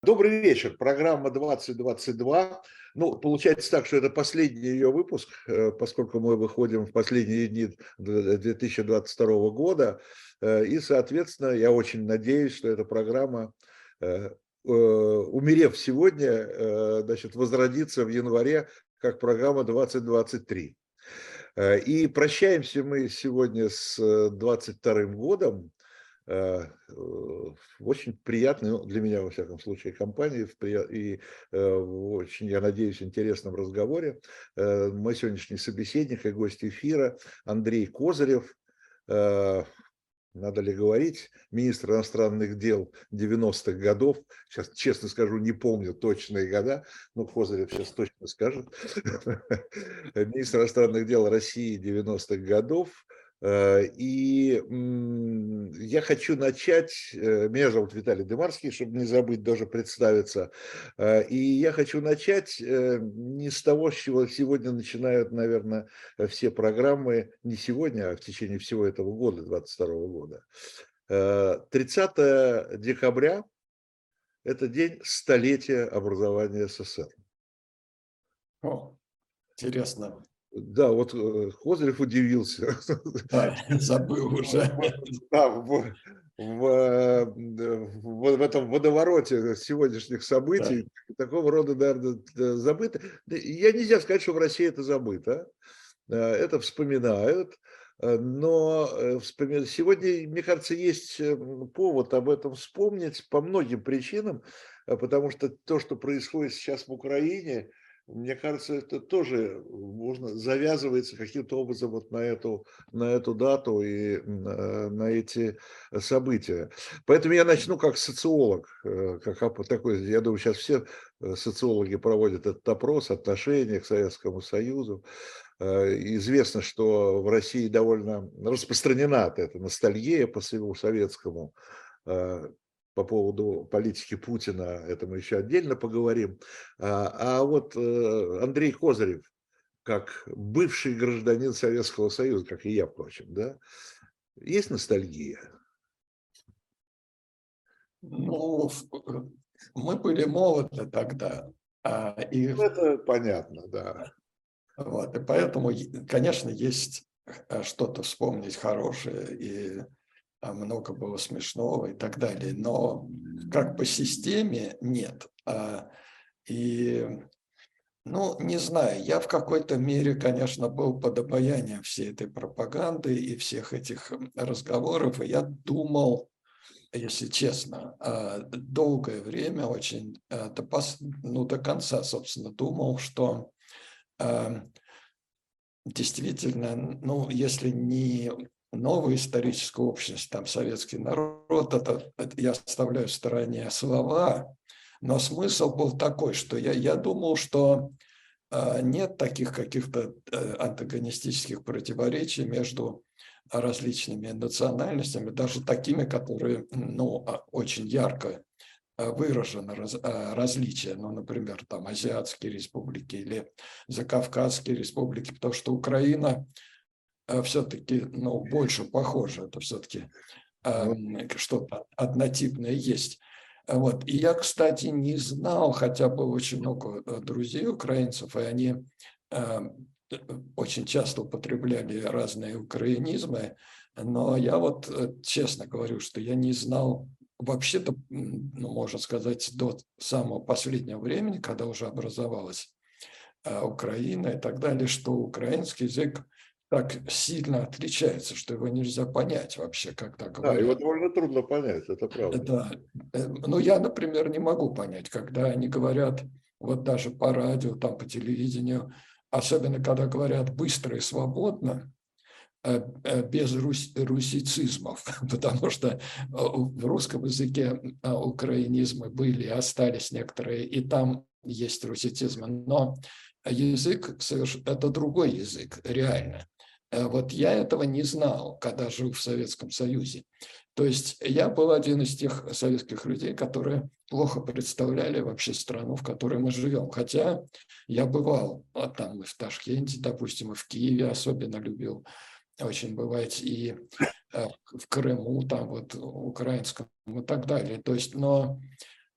Добрый вечер. Программа 2022. Ну, получается так, что это последний ее выпуск, поскольку мы выходим в последние дни 2022 года. И, соответственно, я очень надеюсь, что эта программа, умерев сегодня, значит, возродится в январе как программа 2023. И прощаемся мы сегодня с 22 годом. В очень приятной, ну, для меня, во всяком случае, компании в очень, я надеюсь, интересном разговоре. Мой сегодняшний собеседник и гость эфира Андрей Козырев. Э, Надо ли говорить, министр иностранных дел 90-х годов. Сейчас, честно скажу, не помню точные года, но Козырев сейчас точно скажет. Министр иностранных дел России 90-х годов. И я хочу начать, меня зовут Виталий Дымарский, чтобы не забыть даже представиться, и я хочу начать не с того, с чего сегодня начинают, наверное, все программы, не сегодня, а в течение всего этого года, 22 года. 30 декабря – это день столетия образования СССР. О, интересно. Да, вот Козырев удивился. Да, забыл уже. Да, в этом водовороте сегодняшних Да. событий такого рода, наверное, забыто. Я нельзя сказать, что в России это забыто. Это вспоминают. Но сегодня, мне кажется, есть повод об этом вспомнить по многим причинам, потому что то, что происходит сейчас в Украине, мне кажется, это тоже завязывается каким-то образом вот на эту дату и на эти события. Поэтому я начну как социолог, такой, я думаю, сейчас все социологи проводят этот опрос отношения к Советскому Союзу. Известно, что в России довольно распространена эта ностальгия по всему советскому. По поводу политики Путина, это мы еще отдельно поговорим. А вот Андрей Козырев, как бывший гражданин Советского Союза, как и я, впрочем, да, есть ностальгия? Ну, мы были молоды тогда, и, Ну, это понятно, да. вот, и поэтому, конечно, есть что-то вспомнить хорошее, и много было смешного и так далее, но как по системе нет. И, ну, не знаю, я в какой-то мере, конечно, был под обаянием всей этой пропаганды и всех этих разговоров, и я думал, если честно, долгое время очень, до конца, собственно, думал, что действительно, ну, если не новая историческая общность, там, советский народ, это я оставляю в стороне слова, но смысл был такой, что я думал, что нет таких каких-то антагонистических противоречий между различными национальностями, даже такими, которые, ну, очень ярко выражено различие, ну, например, там азиатские республики или закавказские республики, потому что Украина все-таки, ну, больше похожа, это все-таки Ну, что-то однотипное есть. Вот. И я, кстати, не знал, хотя было очень много друзей украинцев, и они очень часто употребляли разные украинизмы, но я вот честно говорю, что я не знал вообще-то, ну, можно сказать, до самого последнего времени, когда уже образовалась Украина и так далее, что украинский язык так сильно отличается, что его нельзя понять вообще, когда да, его говорят. довольно трудно понять, это правда. Да, ну я, например, не могу понять, когда они говорят, вот даже по радио, там по телевидению, особенно когда говорят быстро и свободно, без русицизмов, потому что в русском языке украинизмы были, остались некоторые, и там есть русицизмы, но язык это другой язык, реально. Вот я этого не знал, когда жил в Советском Союзе. То есть я был один из тех советских людей, которые плохо представляли вообще страну, в которой мы живем. Хотя я бывал там и в Ташкенте, допустим, и в Киеве особенно любил очень бывать, и в Крыму, там вот украинском и так далее. То есть, но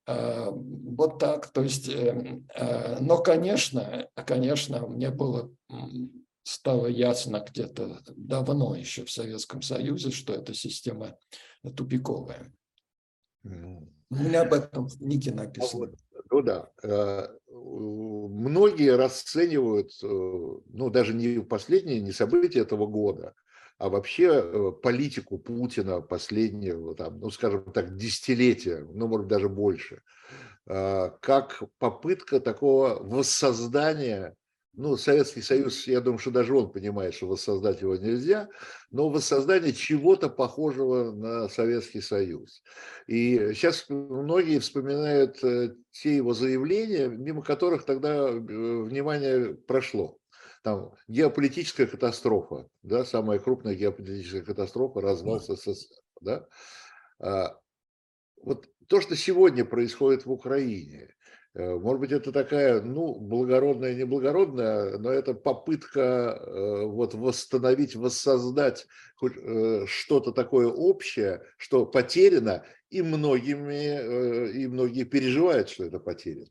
Вот так, то есть, но, конечно, мне стало ясно где-то давно еще в Советском Союзе, что эта система тупиковая. Мгм. У меня об этом в книге А вот, написано. ну да, многие расценивают, ну, даже не последние, не события этого года, а вообще политику Путина последнего, там, ну, скажем так, десятилетия, ну, может, даже больше, как попытка такого воссоздания, ну, Советский Союз, я думаю, что даже он понимает, что воссоздать его нельзя, но воссоздание чего-то похожего на Советский Союз. И сейчас многие вспоминают те его заявления, мимо которых тогда внимание прошло. Там геополитическая катастрофа, да, самая крупная геополитическая катастрофа, развал СССР, да. Вот то, что сегодня происходит в Украине, может быть, это такая, ну, благородная, неблагородная, но это попытка вот восстановить, воссоздать хоть что-то такое общее, что потеряно, и многие переживают, что это потеряно.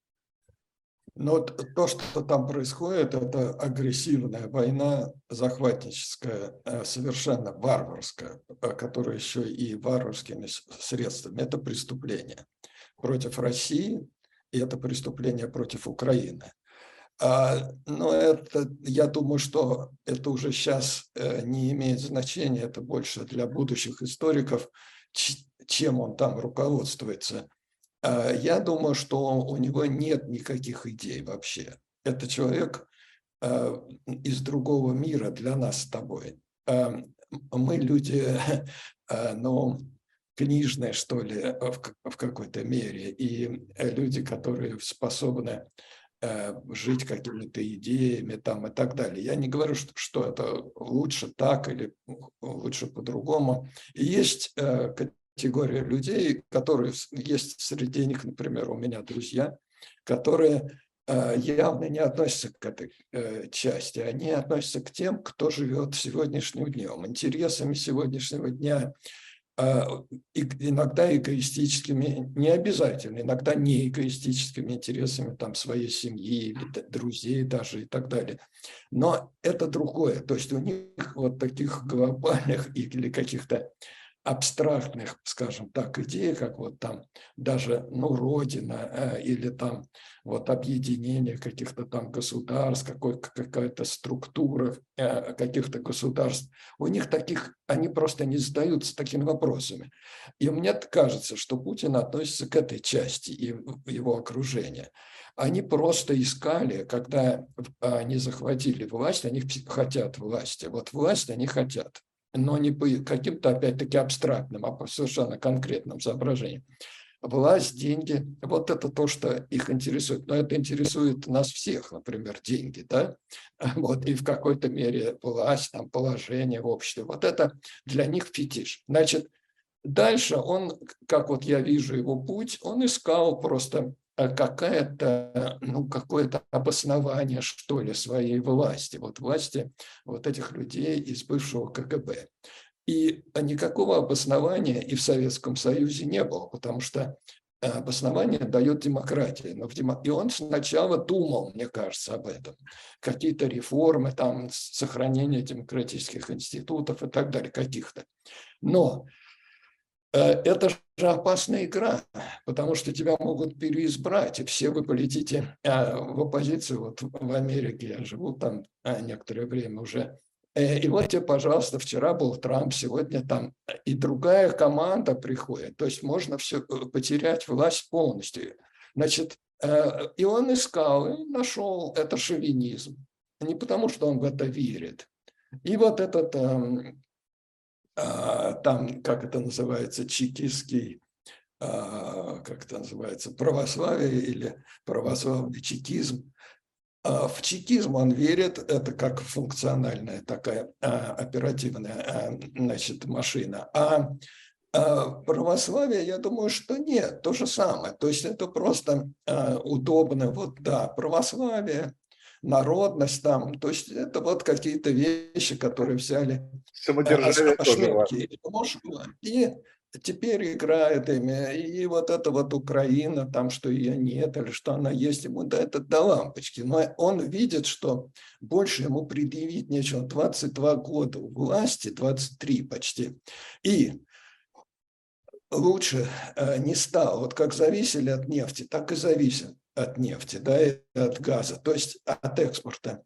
Но то, что там происходит, это агрессивная война, захватническая, совершенно варварская, которая еще и варварскими средствами. Это преступление против России, и это преступление против Украины. Но это, я думаю, что это уже сейчас не имеет значения, это больше для будущих историков, чем он там руководствуется. Я думаю, что у него нет никаких идей вообще. Это человек из другого мира для нас с тобой. Мы люди, ну, книжные, что ли, в какой-то мере, и люди, которые способны жить какими-то идеями там и так далее. Я не говорю, что это лучше так или лучше по-другому. И есть категория людей, которые есть среди них, например, у меня друзья, которые явно не относятся к этой части. Они относятся к тем, кто живет сегодняшним днем, интересами сегодняшнего дня, иногда эгоистическими, не обязательно, иногда не эгоистическими интересами там, своей семьи или друзей даже и так далее. Но это другое. То есть у них вот таких глобальных или каких-то абстрактных, скажем так, идей, как вот там даже, ну, Родина или там вот объединение каких-то там государств, какая-то структура каких-то государств, у них таких, они просто не задаются такими вопросами. И мне кажется, что Путин относится к этой части и его окружения. Они просто искали, когда они захватили власть, они хотят власти. Вот власть они хотят, но не по каким-то, опять-таки, абстрактным, а по совершенно конкретным соображениям. Власть, деньги – вот это то, что их интересует. Но это интересует нас всех, например, деньги, да? Вот, и в какой-то мере власть, там, положение в обществе. Вот это для них фетиш. Значит, дальше он, как вот я вижу его путь, он искал просто какое-то обоснование, что ли, своей власти, вот власти вот этих людей из бывшего КГБ. И никакого обоснования и в Советском Союзе не было, потому что обоснование дает демократия. И он сначала думал, мне кажется, об этом. Какие-то реформы, там, сохранение демократических институтов и так далее, каких-то. Но это же опасная игра, потому что тебя могут переизбрать, и все вы полетите в оппозицию. Вот в Америке я живу там некоторое время уже. И вот тебе, пожалуйста, вчера был Трамп, сегодня там и другая команда приходит. То есть можно все потерять власть полностью. Значит, и он искал, и нашел это шовинизм. Не потому, что он в это верит. И вот этот там, как это называется, чекистский, как это называется, православие или православный чекизм. В чекизм он верит, это как функциональная такая оперативная, значит, машина. А православие, я думаю, что нет, то же самое. То есть это просто удобно, вот да, православие, народность там, то есть это вот какие-то вещи, которые взяли Самодержавие тоже важно. шмерки и теперь играет ими, и вот это вот Украина, там, что ее нет, или что она есть, ему да, это до лампочки. Но он видит, что больше ему предъявить нечего. 22 года у власти, 23 почти. И лучше не стал. Вот как зависели от нефти, так и зависят от нефти, да, и от газа, то есть от экспорта.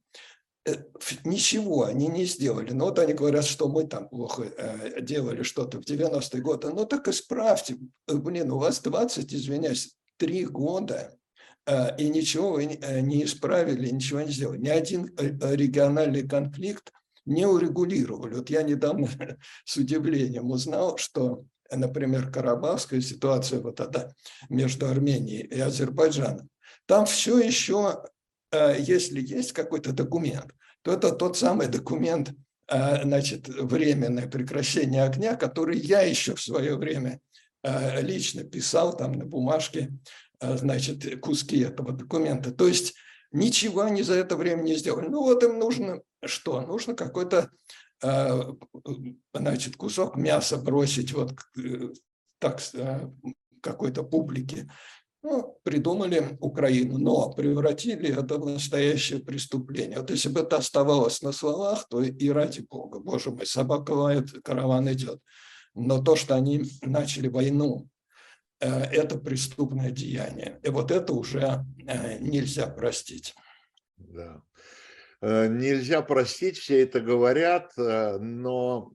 Ничего они не сделали. Но вот они говорят, что мы там плохо делали что-то в 90-е годы. Ну так исправьте. Блин, у вас 20, извиняюсь, 3 года, и ничего вы не исправили, ничего не сделали. Ни один региональный конфликт не урегулировали. Вот я недавно с удивлением узнал, что, например, карабахская ситуация вот эта между Арменией и Азербайджаном, там все еще, если есть какой-то документ, то это тот самый документ, значит, временное прекращение огня, который я еще в свое время лично писал там на бумажке, значит, куски этого документа. То есть ничего они за это время не сделали. Ну вот им нужно что? Нужно какой-то, значит, кусок мяса бросить вот так какой-то публике. Ну, придумали Украину, но превратили это в настоящее преступление. Вот если бы это оставалось на словах, то и ради бога, боже мой, собака лает, караван идет. Но то, что они начали войну, это преступное деяние. И вот это уже нельзя простить. Да. Нельзя простить, все это говорят, но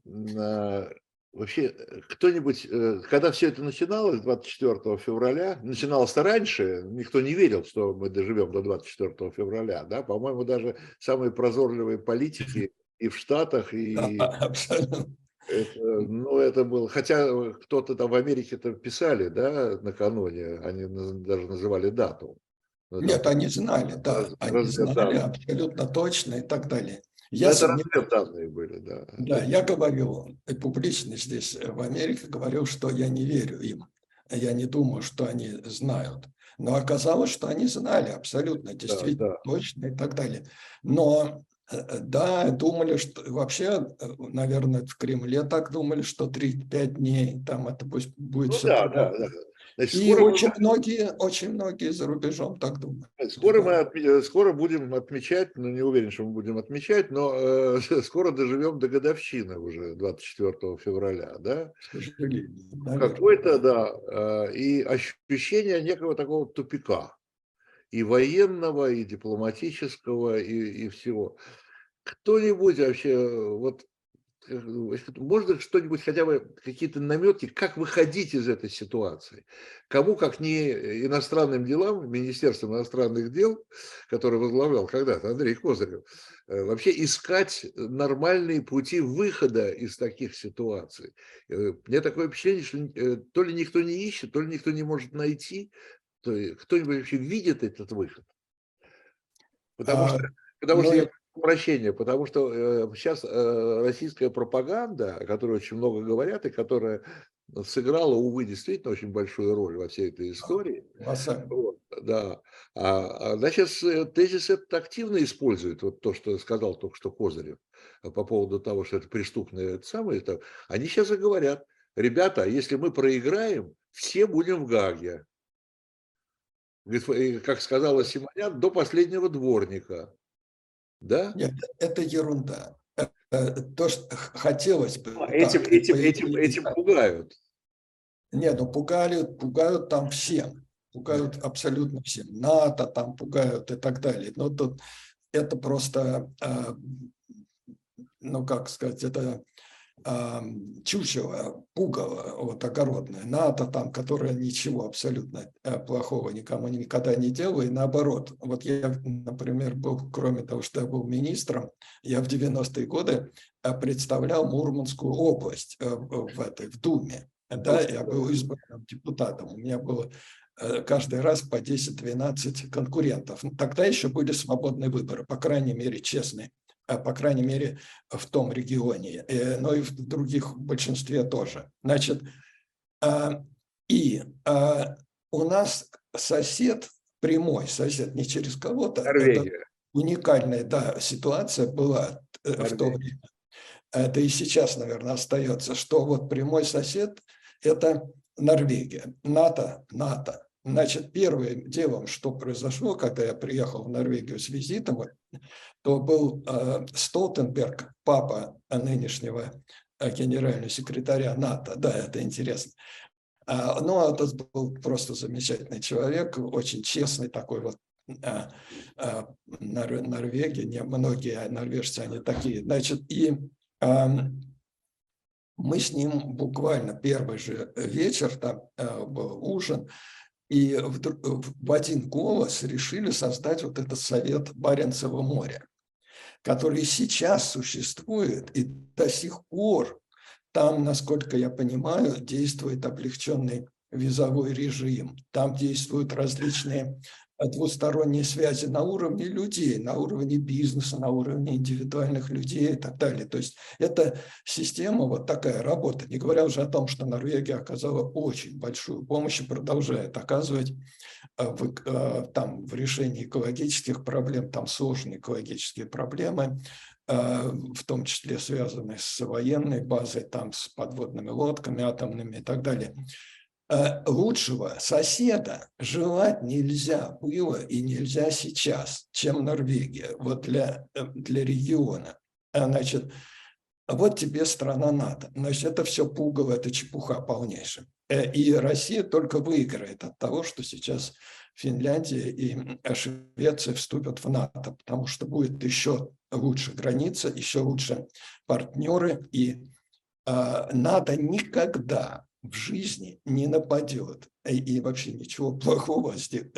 вообще кто-нибудь, когда все это начиналось 24 февраля, начиналось-то раньше, никто не верил, что мы доживем до 24 февраля, да, по-моему, даже самые прозорливые политики и в Штатах, Да, и абсолютно. это, ну, это было, хотя кто-то там в Америке-то писали, да, накануне, они даже называли дату. Ну, там Нет, они знали, да, они знали разведданные. абсолютно точно и так далее. Ну, Я это сомневаюсь. разведданные были, да. Да, я говорю, и публично здесь в Америке говорил, что я не верю им. Я не думаю, что они знают. Но оказалось, что они знали абсолютно, Да, действительно да. точно и так далее. Но да, думали, что вообще, наверное, в Кремле так думали, что 3-5 дней там это будет Ну все да, да, да. продолжаться. Значит, И очень многие за рубежом так думают. Да. скоро будем отмечать, ну не уверен, что мы будем отмечать, но скоро доживем до годовщины уже 24 февраля, да? К сожалению, наверное. Какой-то, да, и ощущение некого такого тупика, и военного, и дипломатического, и всего. Кто-нибудь вообще, вот можно что-нибудь, хотя бы какие-то наметки, как выходить из этой ситуации? Кому, как не иностранным делам, Министерством иностранных дел, который возглавлял когда-то Андрей Козырев, вообще искать нормальные пути выхода из таких ситуаций? Мне такое впечатление, что то ли никто не ищет, то ли никто не может найти, то ли кто-нибудь вообще видит этот выход. Потому А, что потому но что я прошу прощения, потому что, сейчас, российская пропаганда, о которой очень много говорят и которая сыграла, увы, действительно очень большую роль во всей этой истории. колоссально. Вот, да. Она щас, тезис этот активно использует, вот то, что сказал только что Козырев, по поводу того, что это преступное это самое. Это они сейчас и говорят: "Ребята, если мы проиграем, все будем в Гааге". Говорит, как сказала Симонян, до последнего дворника. Да? Нет, это ерунда. То, что хотелось бы Этим так, и этим по этим идее этим так. пугают. Нет, ну пугают там всем. Пугают абсолютно всем. НАТО там пугают и так далее. Но тут это просто, ну как сказать, это чучело, пугало вот, огородное, НАТО там, которое ничего абсолютно плохого никому никогда не делало, и наоборот. Вот я, например, был, кроме того, что я был министром, я в 90-е годы представлял Мурманскую область в Думе. Да, я был избранным депутатом, у меня было каждый раз по 10-12 конкурентов. Тогда еще были свободные выборы, по крайней мере, честные. По крайней мере, в том регионе, но и в других, в большинстве тоже. Значит, и у нас сосед, прямой сосед, не через кого-то, это Норвегия. уникальная, да, ситуация была в то Норвегия. время. Это и сейчас, наверное, остается, что вот прямой сосед это Норвегия, НАТО. Значит, первым делом, что произошло, когда я приехал в Норвегию с визитом, то был Столтенберг, папа нынешнего генерального секретаря НАТО. Да, это интересно. Ну, это был просто замечательный человек, очень честный такой вот. Норвегия, многие норвежцы, они такие. Значит, и мы с ним буквально первый же вечер, там был ужин, и в один голос решили создать вот этот Совет Баренцева моря, который сейчас существует, и до сих пор там, насколько я понимаю, действует облегченный визовой режим. Там действуют различные двусторонние связи на уровне людей, на уровне бизнеса, на уровне индивидуальных людей и так далее. То есть эта система, вот такая работа, не говоря уже о том, что Норвегия оказала очень большую помощь и продолжает оказывать в решении экологических проблем, там сложные экологические проблемы, в том числе связанные с военной базой, там с подводными лодками атомными и так далее. Лучшего соседа желать нельзя было и нельзя сейчас, чем Норвегия, вот для региона. Значит, вот тебе страна НАТО. Значит, это все пугало, это чепуха полнейшая. И Россия только выиграет от того, что сейчас Финляндия и Швеция вступят в НАТО, потому что будет еще лучше граница, еще лучше партнеры, и НАТО никогда в жизни не нападет и вообще ничего плохого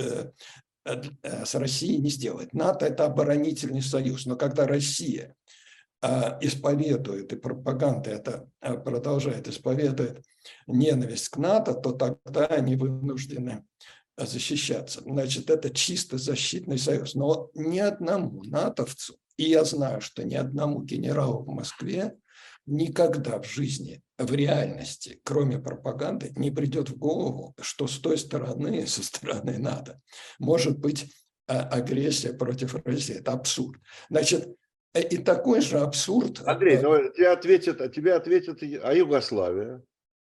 с Россией не сделает. НАТО – это оборонительный союз, но когда Россия исповедует, и пропаганда это продолжает исповедовать ненависть к НАТО, то тогда они вынуждены защищаться. Значит, это чисто защитный союз. Но ни одному натовцу, и я знаю, что ни одному генералу в Москве никогда в жизни, в реальности, кроме пропаганды, не придет в голову, что с той стороны, со стороны НАТО, может быть агрессия против России. Это абсурд. Значит, и такой же абсурд... Андрей, но тебе ответят, а Югославия?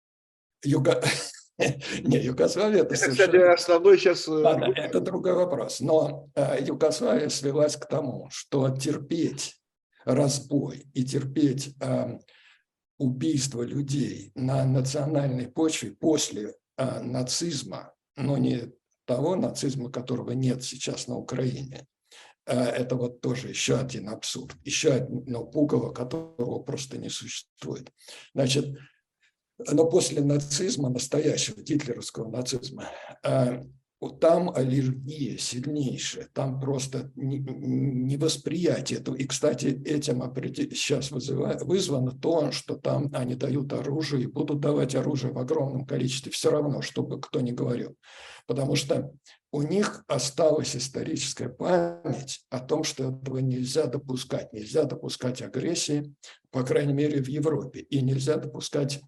Не, Югославия это совершенно... Кстати, основной сейчас... Ладно, это другой вопрос. Но Югославия свелась к тому, что терпеть разбой и терпеть убийство людей на национальной почве после нацизма, но не того нацизма, которого нет сейчас на Украине, это вот тоже еще один абсурд, еще одно пугало, которого просто не существует. Значит, но после нацизма, настоящего гитлеровского нацизма, там аллергия сильнейшая, там просто невосприятие этого. И, кстати, этим сейчас вызвано то, что там они дают оружие и будут давать оружие в огромном количестве, все равно, чтобы кто ни говорил. Потому что у них осталась историческая память о том, что этого нельзя допускать агрессии, по крайней мере, в Европе, и нельзя допускать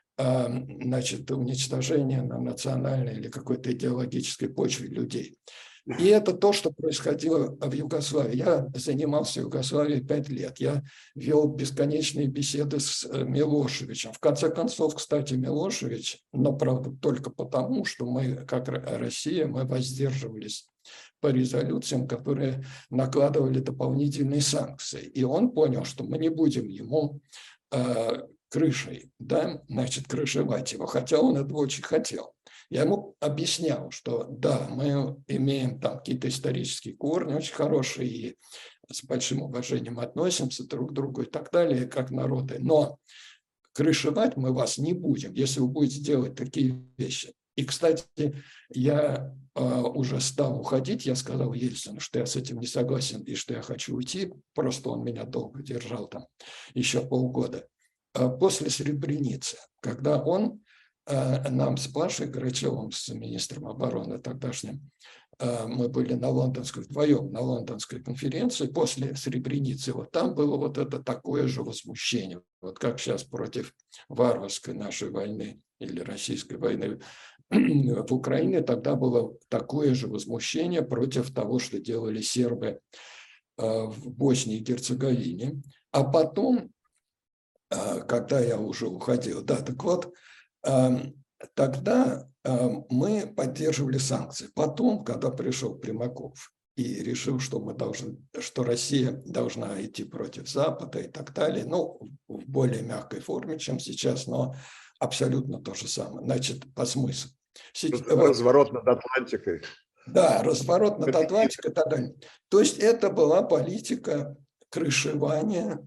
уничтожение на национальной или какой-то идеологической почве людей. И это то, что происходило в Югославии. Я занимался Югославией 5 лет. Я вел бесконечные беседы с Милошевичем. В конце концов, кстати, Милошевич, но, правда, только потому, что мы, как Россия, мы воздерживались по резолюциям, которые накладывали дополнительные санкции. И он понял, что мы не будем ему крышей, да, значит, крышевать его, хотя он этого очень хотел. Я ему объяснял, что да, мы имеем там какие-то исторические корни очень хорошие и с большим уважением относимся друг к другу и так далее, как народы, но крышевать мы вас не будем, если вы будете делать такие вещи. И, кстати, я уже стал уходить, я сказал Ельцину, что я с этим не согласен и что я хочу уйти, просто он меня долго держал там, еще полгода. После Сребреницы, когда он нам с Пашей Грачевым, с министром обороны тогдашним, мы были вдвоем на лондонской конференции после Сребреницы, вот там было вот это такое же возмущение, вот как сейчас против варварской нашей войны или российской войны в Украине, тогда было такое же возмущение против того, что делали сербы в Боснии и Герцеговине, а потом, когда я уже уходил, да, так вот, тогда мы поддерживали санкции. Потом, когда пришел Примаков и решил, что что Россия должна идти против Запада и так далее, ну, в более мягкой форме, чем сейчас, но абсолютно то же самое. Значит, по смыслу. Разворот над Атлантикой. Да, разворот над Атлантикой и так далее. То есть это была политика крышевания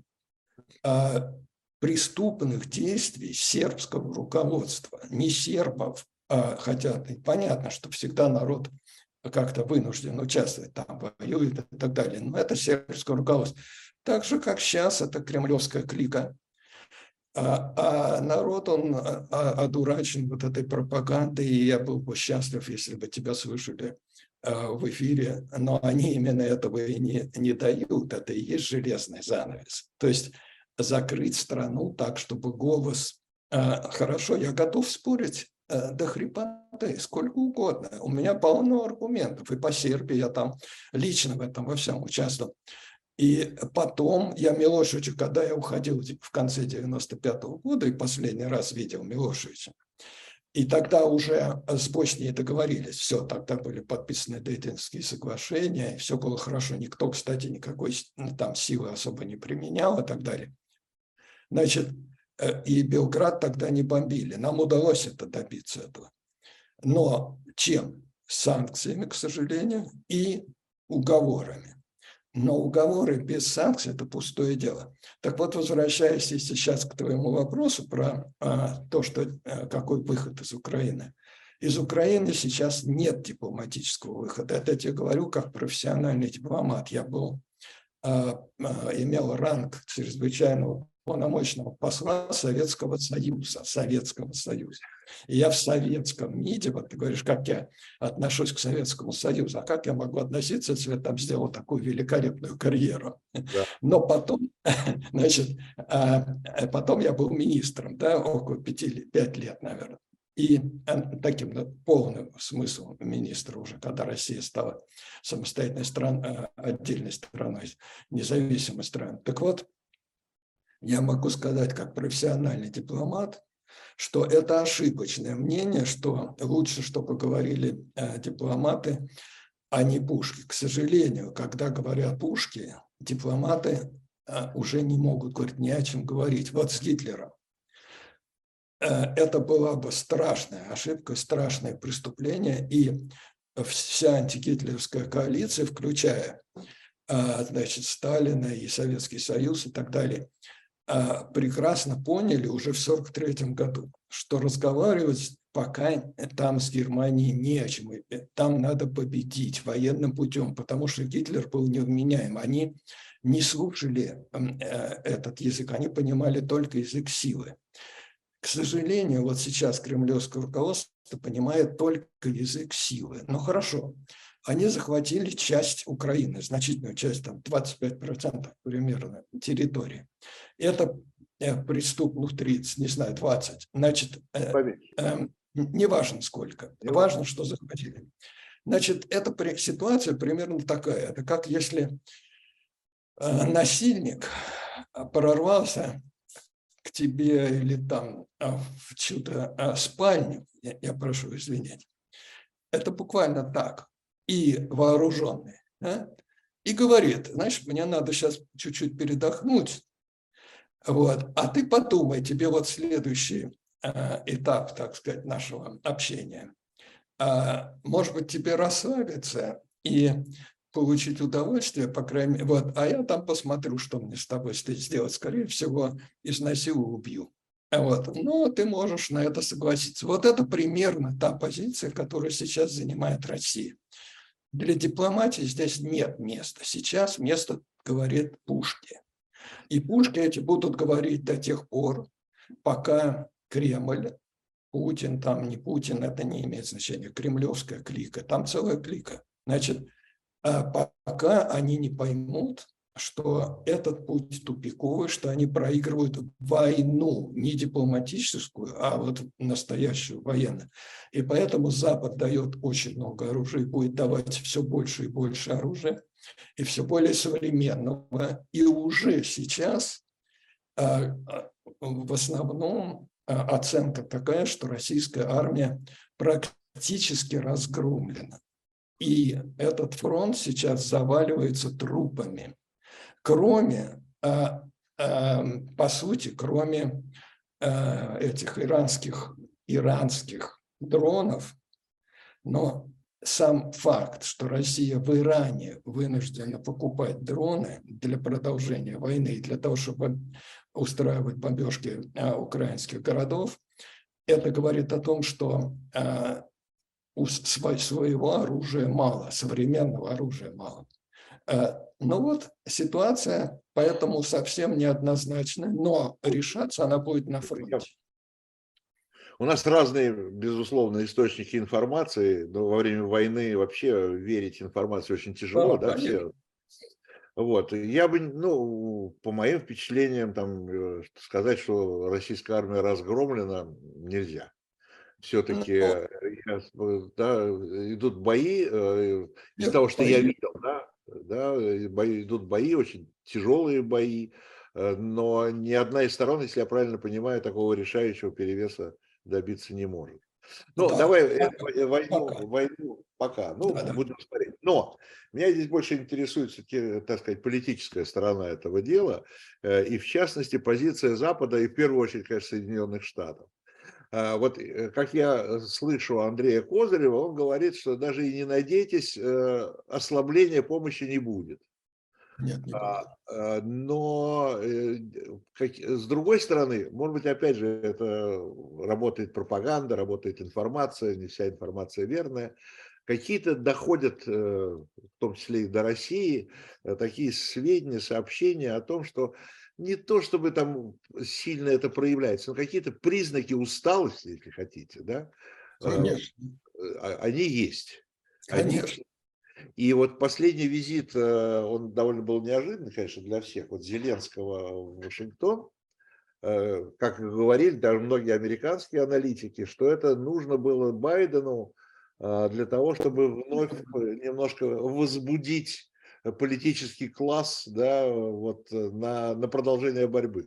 преступных действий сербского руководства, не сербов, хотя понятно, что всегда народ как-то вынужден участвовать, там воюет и так далее, но это сербское руководство. Так же, как сейчас, это кремлевская клика, а народ, он одурачен вот этой пропагандой, и я был бы счастлив, если бы тебя слышали в эфире, но они именно этого и не дают, это и есть железный занавес. То есть закрыть страну так, чтобы голос... Хорошо, я готов спорить до хрипоты, сколько угодно. У меня полно аргументов, и по Сербии я там лично в этом во всем участвовал. И потом я Милошевича, когда я уходил в конце 95-го года и последний раз видел Милошевича, и тогда уже с Боснией договорились, все, тогда были подписаны Дейтонские соглашения, и все было хорошо. Никто, кстати, никакой там силы особо не применял и так далее. Значит, и Белград тогда не бомбили. Нам удалось добиться этого. Но чем? Санкциями, к сожалению, и уговорами. Но уговоры без санкций – это пустое дело. Так вот, возвращаясь сейчас к твоему вопросу про то, какой выход из Украины. Из Украины сейчас нет дипломатического выхода. Это я тебе говорю как профессиональный дипломат. Я имел ранг чрезвычайного полномочного посла Советского Союза. И я в советском МИДе, вот ты говоришь, как я отношусь к Советскому Союзу, а как я могу относиться, если я там сделал такую великолепную карьеру. Да. Но потом, значит, потом я был министром, да, около 5 лет, наверное. И таким полным смыслом министра уже, когда Россия стала самостоятельной страной, отдельной страной, независимой страной. Так вот, я могу сказать, как профессиональный дипломат, что это ошибочное мнение, что лучше, чтобы говорили дипломаты, а не пушки. К сожалению, когда говорят пушки, дипломаты уже не могут говорить ни о чем говорить. Вот с Гитлером. Это была бы страшная ошибка, страшное преступление, и вся антигитлеровская коалиция, включая, значит, Сталина и Советский Союз и так далее, прекрасно поняли уже в 1943 году, что разговаривать пока там с Германией не о чем. Там надо победить военным путем, потому что Гитлер был невменяем. Они не слушали этот язык, они понимали только язык силы. К сожалению, вот сейчас кремлевское руководство понимает только язык силы. Ну хорошо, они захватили часть Украины, значительную часть, там 25% примерно территории. Это преступно 30, не знаю, 20. Значит, не важно сколько, важно, что захватили. Значит, эта ситуация примерно такая. Это как если насильник прорвался к тебе или там в чью-то спальню, я прошу извинять. Это буквально так. И вооруженный. Да? И говорит, знаешь, мне надо сейчас чуть-чуть передохнуть. Вот. А ты подумай, тебе вот следующий этап, так сказать, нашего общения. Может быть, тебе расслабиться и получить удовольствие, по крайней мере. Вот. А я там посмотрю, что мне с тобой сделать. Скорее всего, изнасилую, убью. Вот. Но ты можешь на это согласиться. Вот это примерно та позиция, которую сейчас занимает Россия. Для дипломатии здесь нет места. Сейчас место говорит пушки. И пушки эти будут говорить до тех пор, пока Кремль, Путин, там не Путин, это не имеет значения, кремлевская клика, там целая клика. Значит, пока они не поймут, что этот путь тупиковый, что они проигрывают войну, не дипломатическую, а вот настоящую военную. И поэтому Запад дает очень много оружия и будет давать все больше и больше оружия, и все более современного. И уже сейчас в основном оценка такая, что российская армия практически разгромлена. И этот фронт сейчас заваливается трупами. Кроме, по сути, кроме этих иранских дронов, но сам факт, что Россия в Иране вынуждена покупать дроны для продолжения войны, для того, чтобы устраивать бомбежки украинских городов, это говорит о том, что своего оружия мало, современного оружия мало. Ну вот ситуация, поэтому совсем неоднозначная, но решаться она будет на фронте. У нас разные, безусловно, источники информации, но во время войны вообще верить информации очень тяжело, да, все. Вот, я бы, ну, по моим впечатлениям, там, сказать, что российская армия разгромлена, нельзя. Все-таки да, идут бои, из того, что я видел, идут бои, очень тяжелые бои, но ни одна из сторон, если я правильно понимаю, такого решающего перевеса добиться не может. Ну, да, давай войну пока, будем смотреть. Но меня здесь больше интересует все-таки, так сказать, политическая сторона этого дела, и в частности позиция Запада и в первую очередь, конечно, Соединенных Штатов. Вот как я слышу Андрея Козырева, он говорит, что даже и не надейтесь, ослабления помощи не будет. Нет, не будет. Но с другой стороны, может быть, опять же, это работает пропаганда, работает информация, не вся информация верная. Какие-то доходят, в том числе и до России, такие сведения, сообщения о том, что не то, чтобы там сильно это проявляется, но какие-то признаки усталости, если хотите, да, Конечно. Они есть. Конечно. И вот последний визит, он довольно был неожиданный, конечно, для всех, вот Зеленского в Вашингтон, как говорили даже многие американские аналитики, что это нужно было Байдену для того, чтобы вновь немножко возбудить политический класс, да, вот, на продолжение борьбы.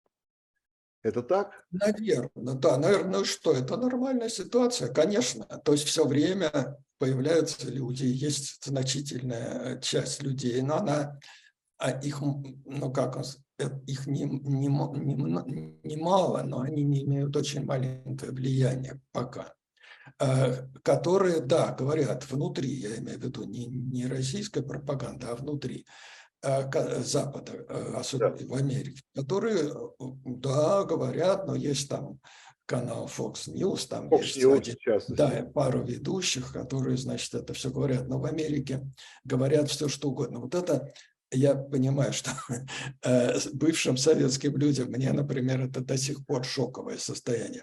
Это так? Наверное, да, наверное, что это нормальная ситуация, конечно. То есть все время появляются люди, есть значительная часть людей, но их, ну как, их немало, но они не имеют очень маленькое влияние пока. Которые, да, говорят внутри, я имею в виду не российская пропаганда, а внутри Запада, особенно в Америке, которые, да, говорят, но есть там канал Fox News, там Fox есть News, да, пару ведущих, которые, значит, это все говорят, но в Америке говорят все, что угодно. Вот это я понимаю, что бывшим советским людям, мне, например, это до сих пор шоковое состояние.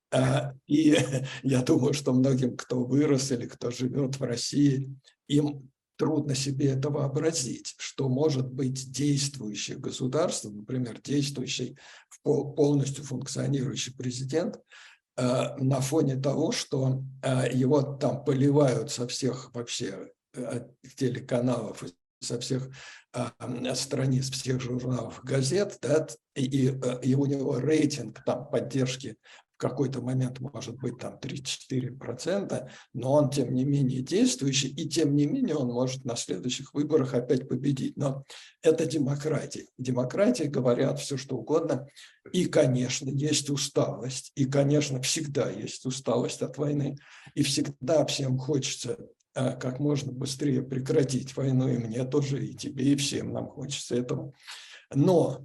И я думаю, что многим, кто вырос или кто живет в России, им трудно себе это вообразить, что может быть действующее государство, например, действующий, полностью функционирующий президент, на фоне того, что его там поливают со всех вообще телеканалов, со всех страниц, всех журналов, газет, да, и у него рейтинг там поддержки в какой-то момент может быть там 3-4%, но он тем не менее действующий, и тем не менее он может на следующих выборах опять победить. Но это демократия. Демократии говорят все, что угодно. И, конечно, есть усталость. И, конечно, всегда есть усталость от войны. И всегда всем хочется как можно быстрее прекратить войну. И мне тоже, и тебе, и всем нам хочется этого. Но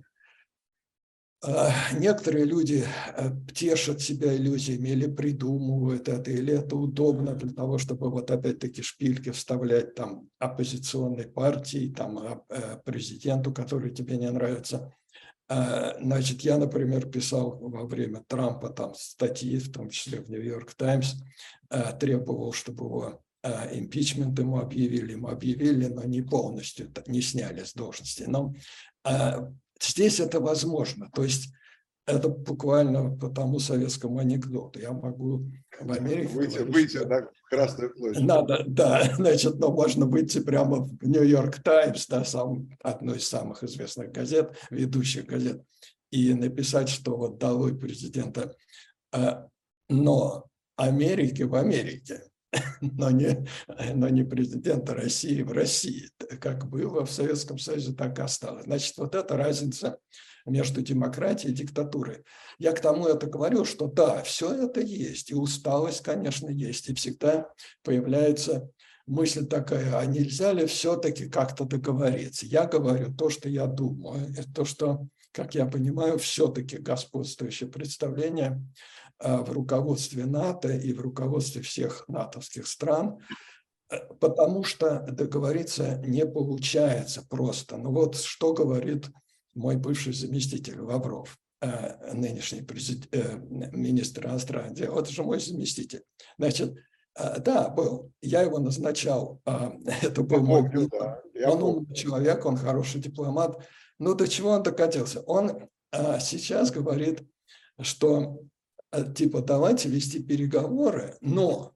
некоторые люди тешат себя иллюзиями или придумывают это, или это удобно для того, чтобы вот опять-таки шпильки вставлять там оппозиционной партии, там президенту, который тебе не нравится. Значит, я, например, писал во время Трампа там статьи, в том числе в Нью-Йорк Таймс, требовал, чтобы его импичмент ему объявили, но не полностью, не сняли с должности. Но здесь это возможно, то есть это буквально по тому советскому анекдоту. Я могу в Америке выйти на Красную площадь. Надо, да, значит, но можно выйти прямо в Нью-Йорк Таймс, да, одной из самых известных газет, ведущих газет, и написать, что вот долой президента, но Америки в Америке, но не президента России в России. Как было в Советском Союзе, так и осталось. Значит, вот эта разница между демократией и диктатурой. Я к тому это говорю, что да, все это есть, и усталость, конечно, есть, и всегда появляется мысль такая, а нельзя ли все-таки как-то договориться? Я говорю то, что я думаю, то, что, как я понимаю, все-таки господствующее представление в руководстве НАТО и в руководстве всех натовских стран, потому что договориться не получается просто. Ну вот что говорит мой бывший заместитель Лавров, нынешний министр иностранных дел, вот же мой заместитель. Значит, да, был. Я его назначал. Это был мой да, он умный человек, он хороший дипломат. Ну, до чего он докатился? Он сейчас говорит, что типа давайте вести переговоры, но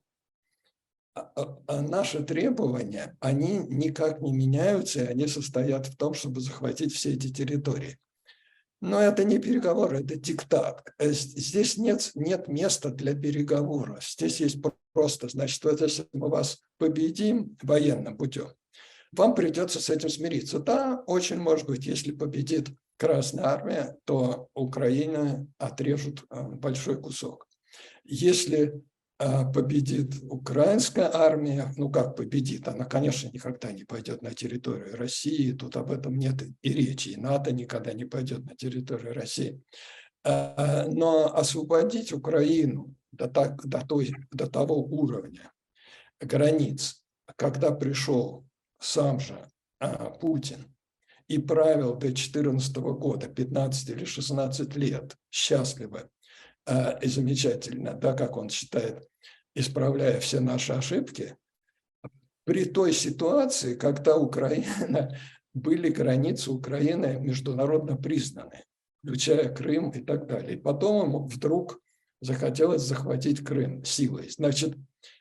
наши требования, они никак не меняются, и они состоят в том, чтобы захватить все эти территории. Но это не переговоры, это диктат. Здесь нет места для переговоров. Здесь есть просто, значит, вот если мы вас победим военным путем, вам придется с этим смириться. Да, очень может быть, если победит Красная Армия, то Украина отрежут большой кусок. Если победит украинская армия, ну как победит, она, конечно, никогда не пойдет на территорию России, тут об этом нет и речи, и НАТО никогда не пойдет на территорию России. Но освободить Украину до того уровня границ, когда пришел сам же Путин и правил до 2014 года, 15 или 16 лет, счастливо и замечательно, да, как он считает, исправляя все наши ошибки, при той ситуации, когда Украина, были границы Украины международно признаны, включая Крым и так далее. И потом ему вдруг захотелось захватить Крым силой. Значит,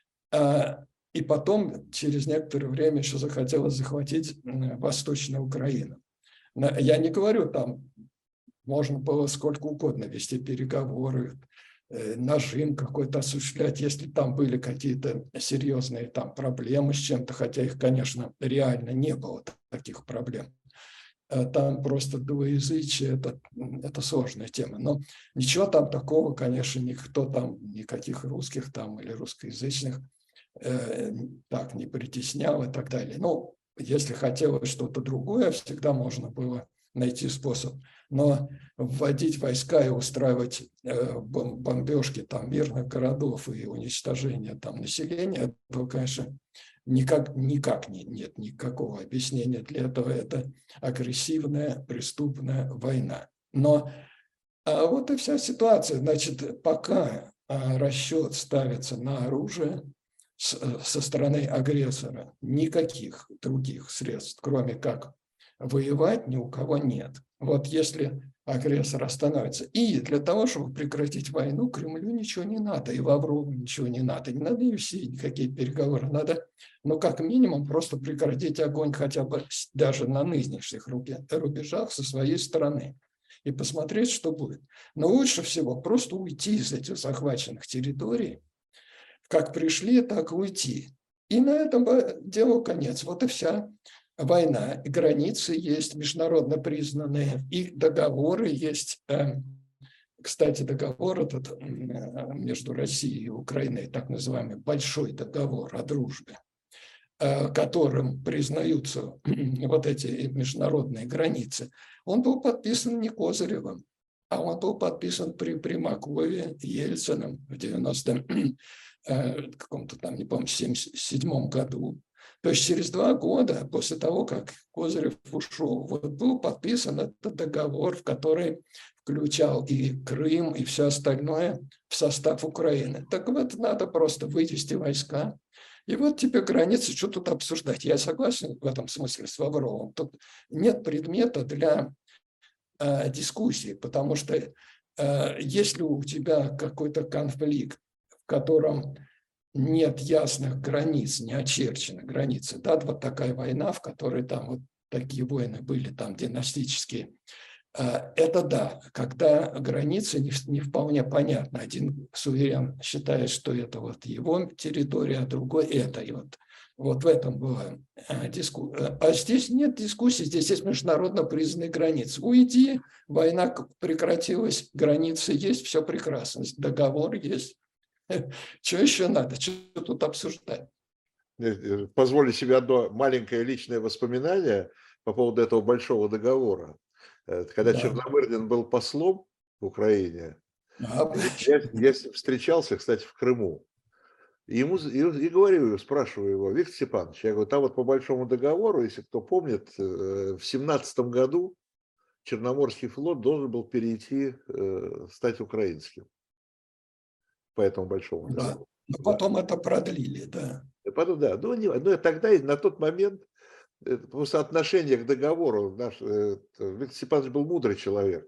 и потом через некоторое время еще захотелось захватить Восточную Украину. Я не говорю, там можно было сколько угодно вести переговоры, нажим какой-то осуществлять, если там были какие-то серьезные там проблемы с чем-то, хотя их, конечно, реально не было таких проблем. Там просто двуязычие, это сложная тема. Но ничего там такого, конечно, никто там, никаких русских там или русскоязычных так не притеснял и так далее. Ну, если хотелось что-то другое, всегда можно было найти способ. Но вводить войска и устраивать бомбежки там мирных городов и уничтожение там населения, этого, конечно, никак нет никакого объяснения для этого. Это агрессивная преступная война. Но вот и вся ситуация. Значит, пока расчет ставится на оружие со стороны агрессора, никаких других средств, кроме как воевать, ни у кого нет. Вот если агрессор остановится. И для того, чтобы прекратить войну, Кремлю ничего не надо, и Лаврову ничего не надо и все никакие переговоры. Надо, ну, как минимум, просто прекратить огонь хотя бы даже на нынешних рубежах со своей стороны и посмотреть, что будет. Но лучше всего просто уйти из этих захваченных территорий, как пришли, так уйти. И на этом делу конец. Вот и вся война. И границы есть международно признанные, и договоры есть. Кстати, договор этот между Россией и Украиной, так называемый большой договор о дружбе, которым признаются вот эти международные границы, он был подписан не Козыревым, а он был подписан при Примакове, Ельцином в 90-м, каком-то там, не помню, 77-м году. То есть через 2 года после того, как Козырев ушел, вот был подписан этот договор, в который включал и Крым, и все остальное в состав Украины. Так вот, надо просто вывести войска. И вот тебе границы, что тут обсуждать? Я согласен в этом смысле с Лавровым. Тут нет предмета для дискуссии, потому что если у тебя какой-то конфликт, в котором нет ясных границ, не очерчены границы, да, вот такая война, в которой там вот такие войны были, там династические, Это да, когда границы не вполне понятны. Один суверен считает, что это вот его территория, а другой это. И вот в этом была дискуссия. А здесь нет дискуссии, здесь есть международно признанные границы. Уйди, война прекратилась, границы есть, все прекрасно, договор есть. Что еще надо? Что тут обсуждать? Позволю себе одно маленькое личное воспоминание по поводу этого большого договора. Когда Да. Черномырдин был послом в Украине, А, я с ним встречался, кстати, в Крыму. И говорю, спрашиваю его: Виктор Степанович, я говорю, там вот по большому договору, если кто помнит, в 17 году Черноморский флот должен был перейти, стать украинским по этому большому да. договору. Но Да. потом это продлили, да. И потом, да, ну, тогда, на тот момент, просто отношение к договору, Виктор Степанович был мудрый человек.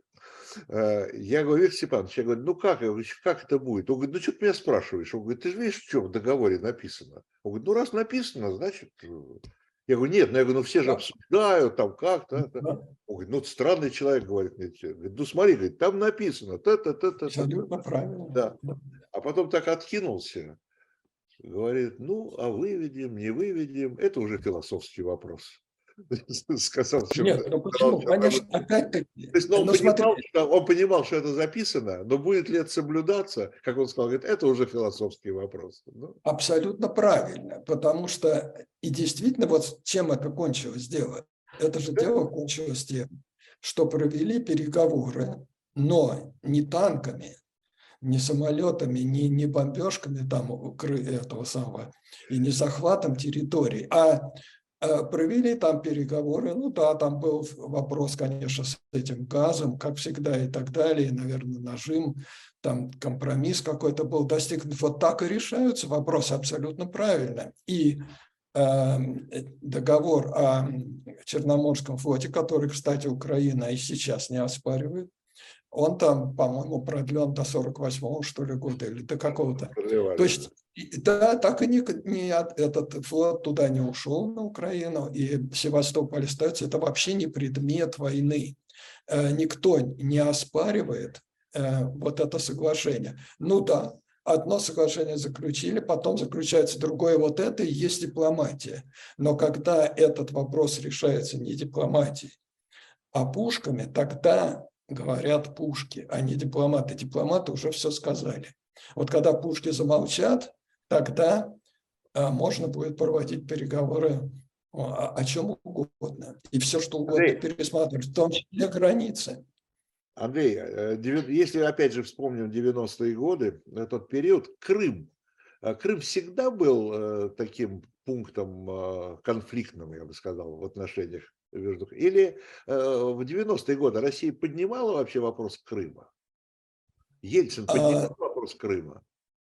Я говорю: Виктор Степанович, я говорю, ну как, я говорю, как это будет? Он говорит: ну что ты меня спрашиваешь? Он говорит: ты же видишь, что в договоре написано? Он говорит: ну раз написано, значит... Я говорю: нет, я говорю, ну все же Да. обсуждают, там как-то. Да. Он говорит: ну странный человек, говорит мне. Говорит: ну смотри, говорит, там написано. Абсолютно правильно. Да. А потом так откинулся, говорит: ну, а выведем, не выведем, это уже философский вопрос. Сказал Нет, ну почему? Конечно, опять-таки. То есть, Ну, смотри, он понимал, что это записано, но будет ли это соблюдаться, как он сказал, говорит, это уже философский вопрос. Ну, абсолютно правильно, потому что и действительно вот чем это кончилось дело? Это же дело кончилось тем, что провели переговоры, но не танками, не самолетами, не бомбежками там этого самого и не захватом территорий, а провели там переговоры. Ну да, там был вопрос, конечно, с этим газом, как всегда и так далее, наверное, нажим, там компромисс какой-то был достигнут. Вот так и решаются вопросы абсолютно правильно. И договор о Черноморском флоте, который, кстати, Украина и сейчас не оспаривает, он там, по-моему, продлен до 48-го, что ли, года или до какого-то. То есть, да, так и этот флот туда не ушел, на Украину, и Севастополь остается. Это вообще не предмет войны. Никто не оспаривает вот это соглашение. Ну да, одно соглашение заключили, потом заключается другое. Вот это и есть дипломатия. Но когда этот вопрос решается не дипломатией, а пушками, тогда говорят пушки, а не дипломаты. Дипломаты уже все сказали. Вот когда пушки замолчат, тогда можно будет проводить переговоры о чем угодно. И все, что угодно пересматривать, в том числе границы. Андрей, если опять же вспомним 90-е годы, тот период, Крым. Крым всегда был таким пунктом конфликтным, я бы сказал, в отношениях между... Или в 90-е годы Россия поднимала вообще вопрос Крыма? Ельцин поднимал вопрос Крыма?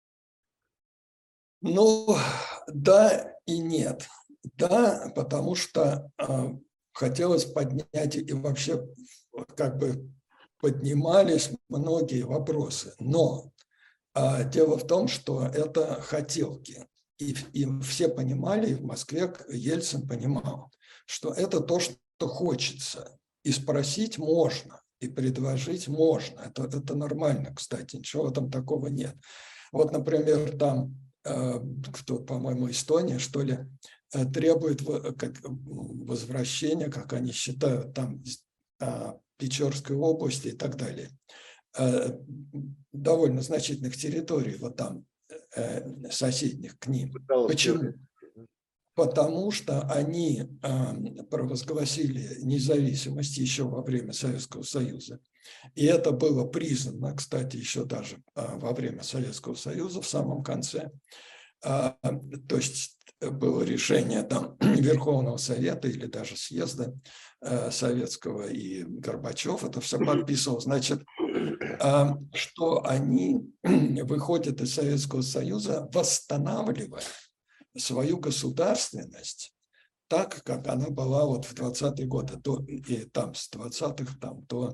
Ну, да и нет. Да, потому что хотелось поднять и вообще как бы поднимались многие вопросы. Но дело в том, что это хотелки. И все понимали, и в Москве Ельцин понимал, что это то, что хочется. И спросить можно, и предложить можно. Это нормально, кстати, ничего в этом такого нет. Вот, например, там, кто, по-моему, Эстония, что ли, требует возвращения, как они считают, там, Печорской области и так далее, довольно значительных территорий, вот там, соседних к ним. Почему? Потому что они провозгласили независимость еще во время Советского Союза. И это было признано, кстати, еще даже во время Советского Союза, в самом конце. То есть было решение там Верховного Совета или даже съезда Советского, и Горбачев это все подписывал. Значит, что они выходят из Советского Союза, восстанавливая свою государственность так, как она была вот в 20-е годы, и там с 20-х там, до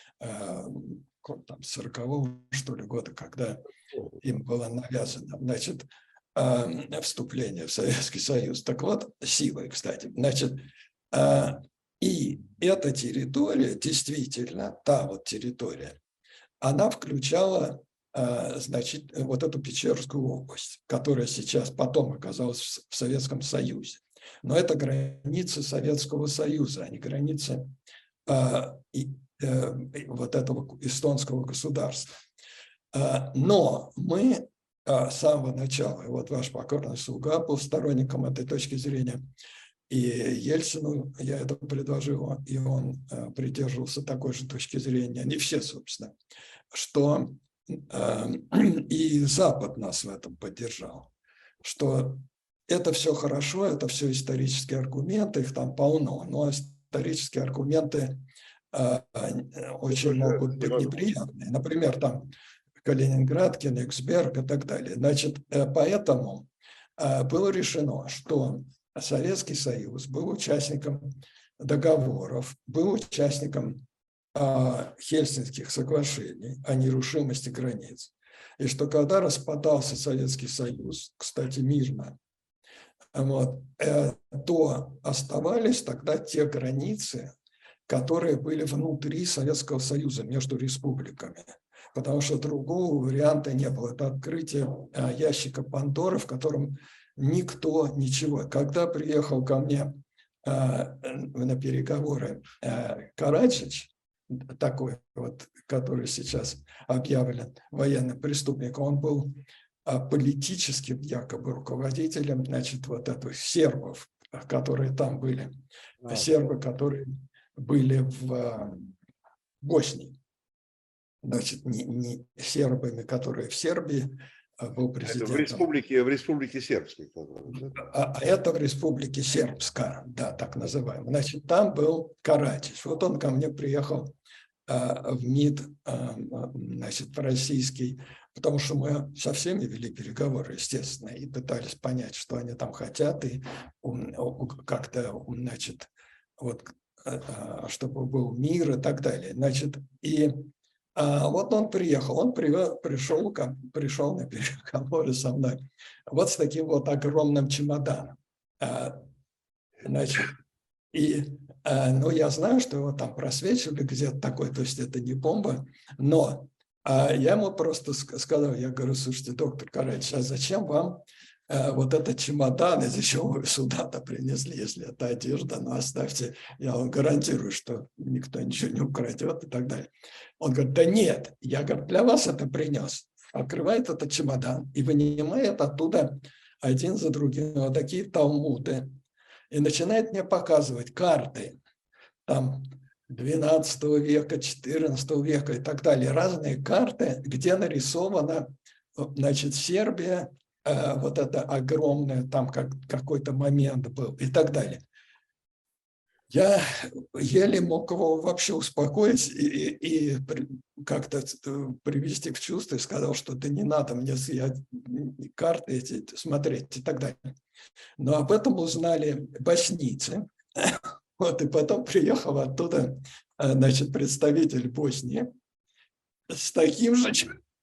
40-го, что ли, года, когда им было навязано, значит, вступление в Советский Союз. Так вот, силой, кстати, значит, И эта территория, действительно, та вот территория, она включала, значит, вот эту Печерскую область, которая сейчас потом оказалась в Советском Союзе. Но это границы Советского Союза, а не границы вот этого эстонского государства. Но мы с самого начала, и вот ваш покорный слуга был сторонником этой точки зрения, и Ельцину я это предложил, и он придерживался такой же точки зрения, не все, собственно, что и Запад нас в этом поддержал, что это все хорошо, это все исторические аргументы, их там полно, но исторические аргументы очень могут быть неприятные. Например, там Калининград, Кёнигсберг и так далее. Значит, поэтому было решено, что Советский Союз был участником договоров, был участником Хельсинских соглашений о нерушимости границ. И что когда распадался Советский Союз, кстати, мирно, вот, то оставались тогда те границы, которые были внутри Советского Союза, между республиками. Потому что другого варианта не было. Это открытие ящика Пандоры, в котором никто ничего. Когда приехал ко мне на переговоры Караджич, такой вот, который сейчас объявлен военным преступником, он был политическим якобы руководителем, значит, вот этих сербов, которые там были, сербы, которые были в Боснии. Значит, не сербами, которые в Сербии, был президентом. Это в республике Сербской. А это в республике Сербская, да, так называемая. Значит, там был Караджич. Вот он ко мне приехал в МИД, значит, в российский, потому что мы со всеми вели переговоры, естественно, и пытались понять, что они там хотят, и как-то, значит, вот, чтобы был мир и так далее. Значит, и вот он приехал, он пришел на переговоры со мной вот с таким вот огромным чемоданом. Значит, и, ну, я знаю, что его там просвечивали где-то такой, то есть это не бомба, но я ему просто сказал, я говорю, слушайте, доктор Караджич, а зачем вам вот этот чемодан, и зачем вы сюда-то принесли, если это одежда, ну, оставьте, я вам гарантирую, что никто ничего не украдет и так далее. Он говорит, да нет, я, говорит, для вас это принес. Открывает этот чемодан и вынимает оттуда один за другим вот такие талмуды и начинает мне показывать карты, там, 12 века, 14 века и так далее, разные карты, где нарисована, значит, Сербия, вот это огромное, там какой-то момент был и так далее. Я еле мог его вообще успокоить и как-то привести в чувство, и сказал, что да не надо мне карты эти смотреть и так далее. Но об этом узнали боснийцы. Вот, и потом приехал оттуда, значит, представитель Боснии с таким же.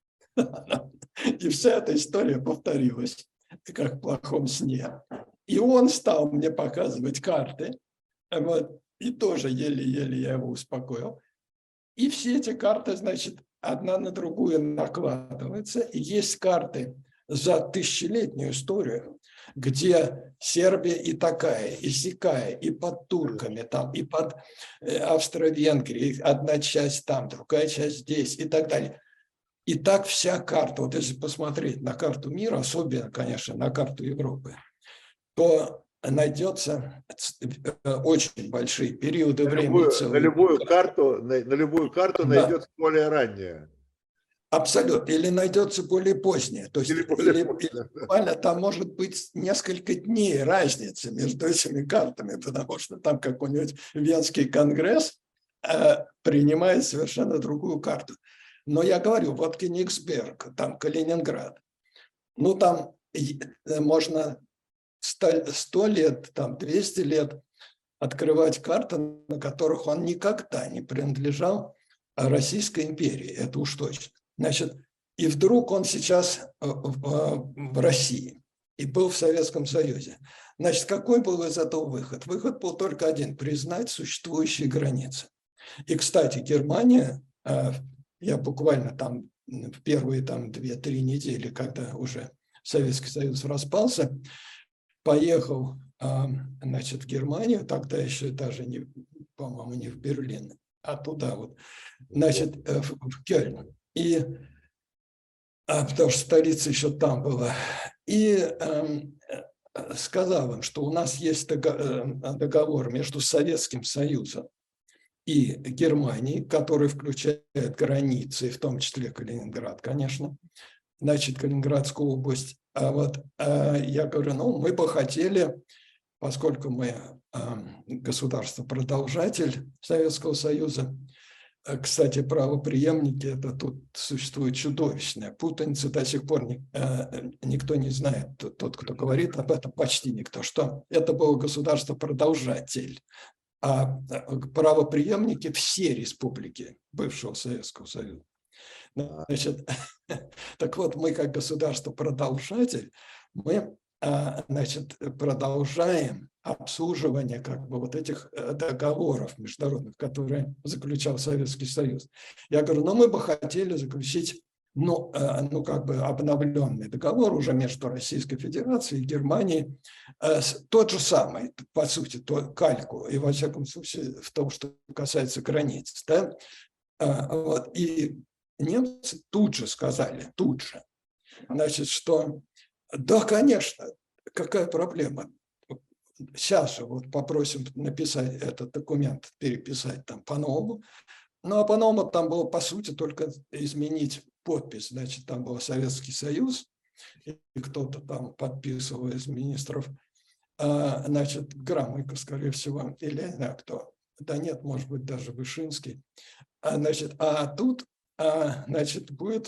И вся эта история повторилась, как в плохом сне. И он стал мне показывать карты, вот, и тоже еле-еле я его успокоил. И все эти карты, значит, одна на другую накладываются. И есть карты за тысячелетнюю историю, где Сербия и такая, и сякая, и под турками, там, и под Австро-Венгрией, одна часть там, другая часть здесь и так далее. И так вся карта, вот если посмотреть на карту мира, особенно, конечно, на карту Европы, то найдется очень большие периоды времени. На любую карту найдется более ранняя. Абсолютно. Или найдется более поздняя. То есть или буквально там может быть несколько дней разницы между этими картами, потому что там какой-нибудь Венский конгресс принимает совершенно другую карту. Но я говорю, вот Кёнигсберг, там Калининград. Ну, там можно 100 лет, там 200 лет открывать карты, на которых он никогда не принадлежал Российской империи. Это уж точно. Значит, и вдруг он сейчас в России. и был в Советском Союзе. Значит, какой был из этого выход? Выход был только один – признать существующие границы. И, кстати, Германия, я буквально там в первые 2-3 недели, когда уже Советский Союз распался, поехал, значит, в Германию, тогда еще даже, не, по-моему, не в Берлин, а туда вот, значит, в Кёльн. И, потому что столица еще там была. И сказал им, что у нас есть договор между Советским Союзом и Германией, который включает границы, в том числе Калининград, конечно, значит, Калининградскую область. Я говорю, ну, мы бы хотели, поскольку мы государство-продолжатель Советского Союза, кстати, правопреемники, это тут существует чудовищная путаница, до сих пор никто не знает, тот, кто говорит об этом, почти никто, что это было государство-продолжатель, а правопреемники все республики бывшего Советского Союза. Значит, так вот, мы как государство-продолжатель, мы, значит, продолжаем обслуживание как бы вот этих договоров международных, которые заключал Советский Союз. Я говорю, ну мы бы хотели заключить, ну как бы обновленный договор уже между Российской Федерацией и Германией, тот же самый, по сути, кальку, и во всяком случае в том, что касается границ. Да? Вот, и немцы тут же сказали, значит, что да, конечно, какая проблема. Сейчас же вот попросим написать этот документ, переписать там по-новому. Ну, а по-новому там было, по сути, только изменить подпись. Значит, там был Советский Союз, и кто-то там подписывал из министров, значит, Громыко, скорее всего, или я не знаю кто. Да нет, может быть, даже Вышинский. Значит, а тут, значит, будет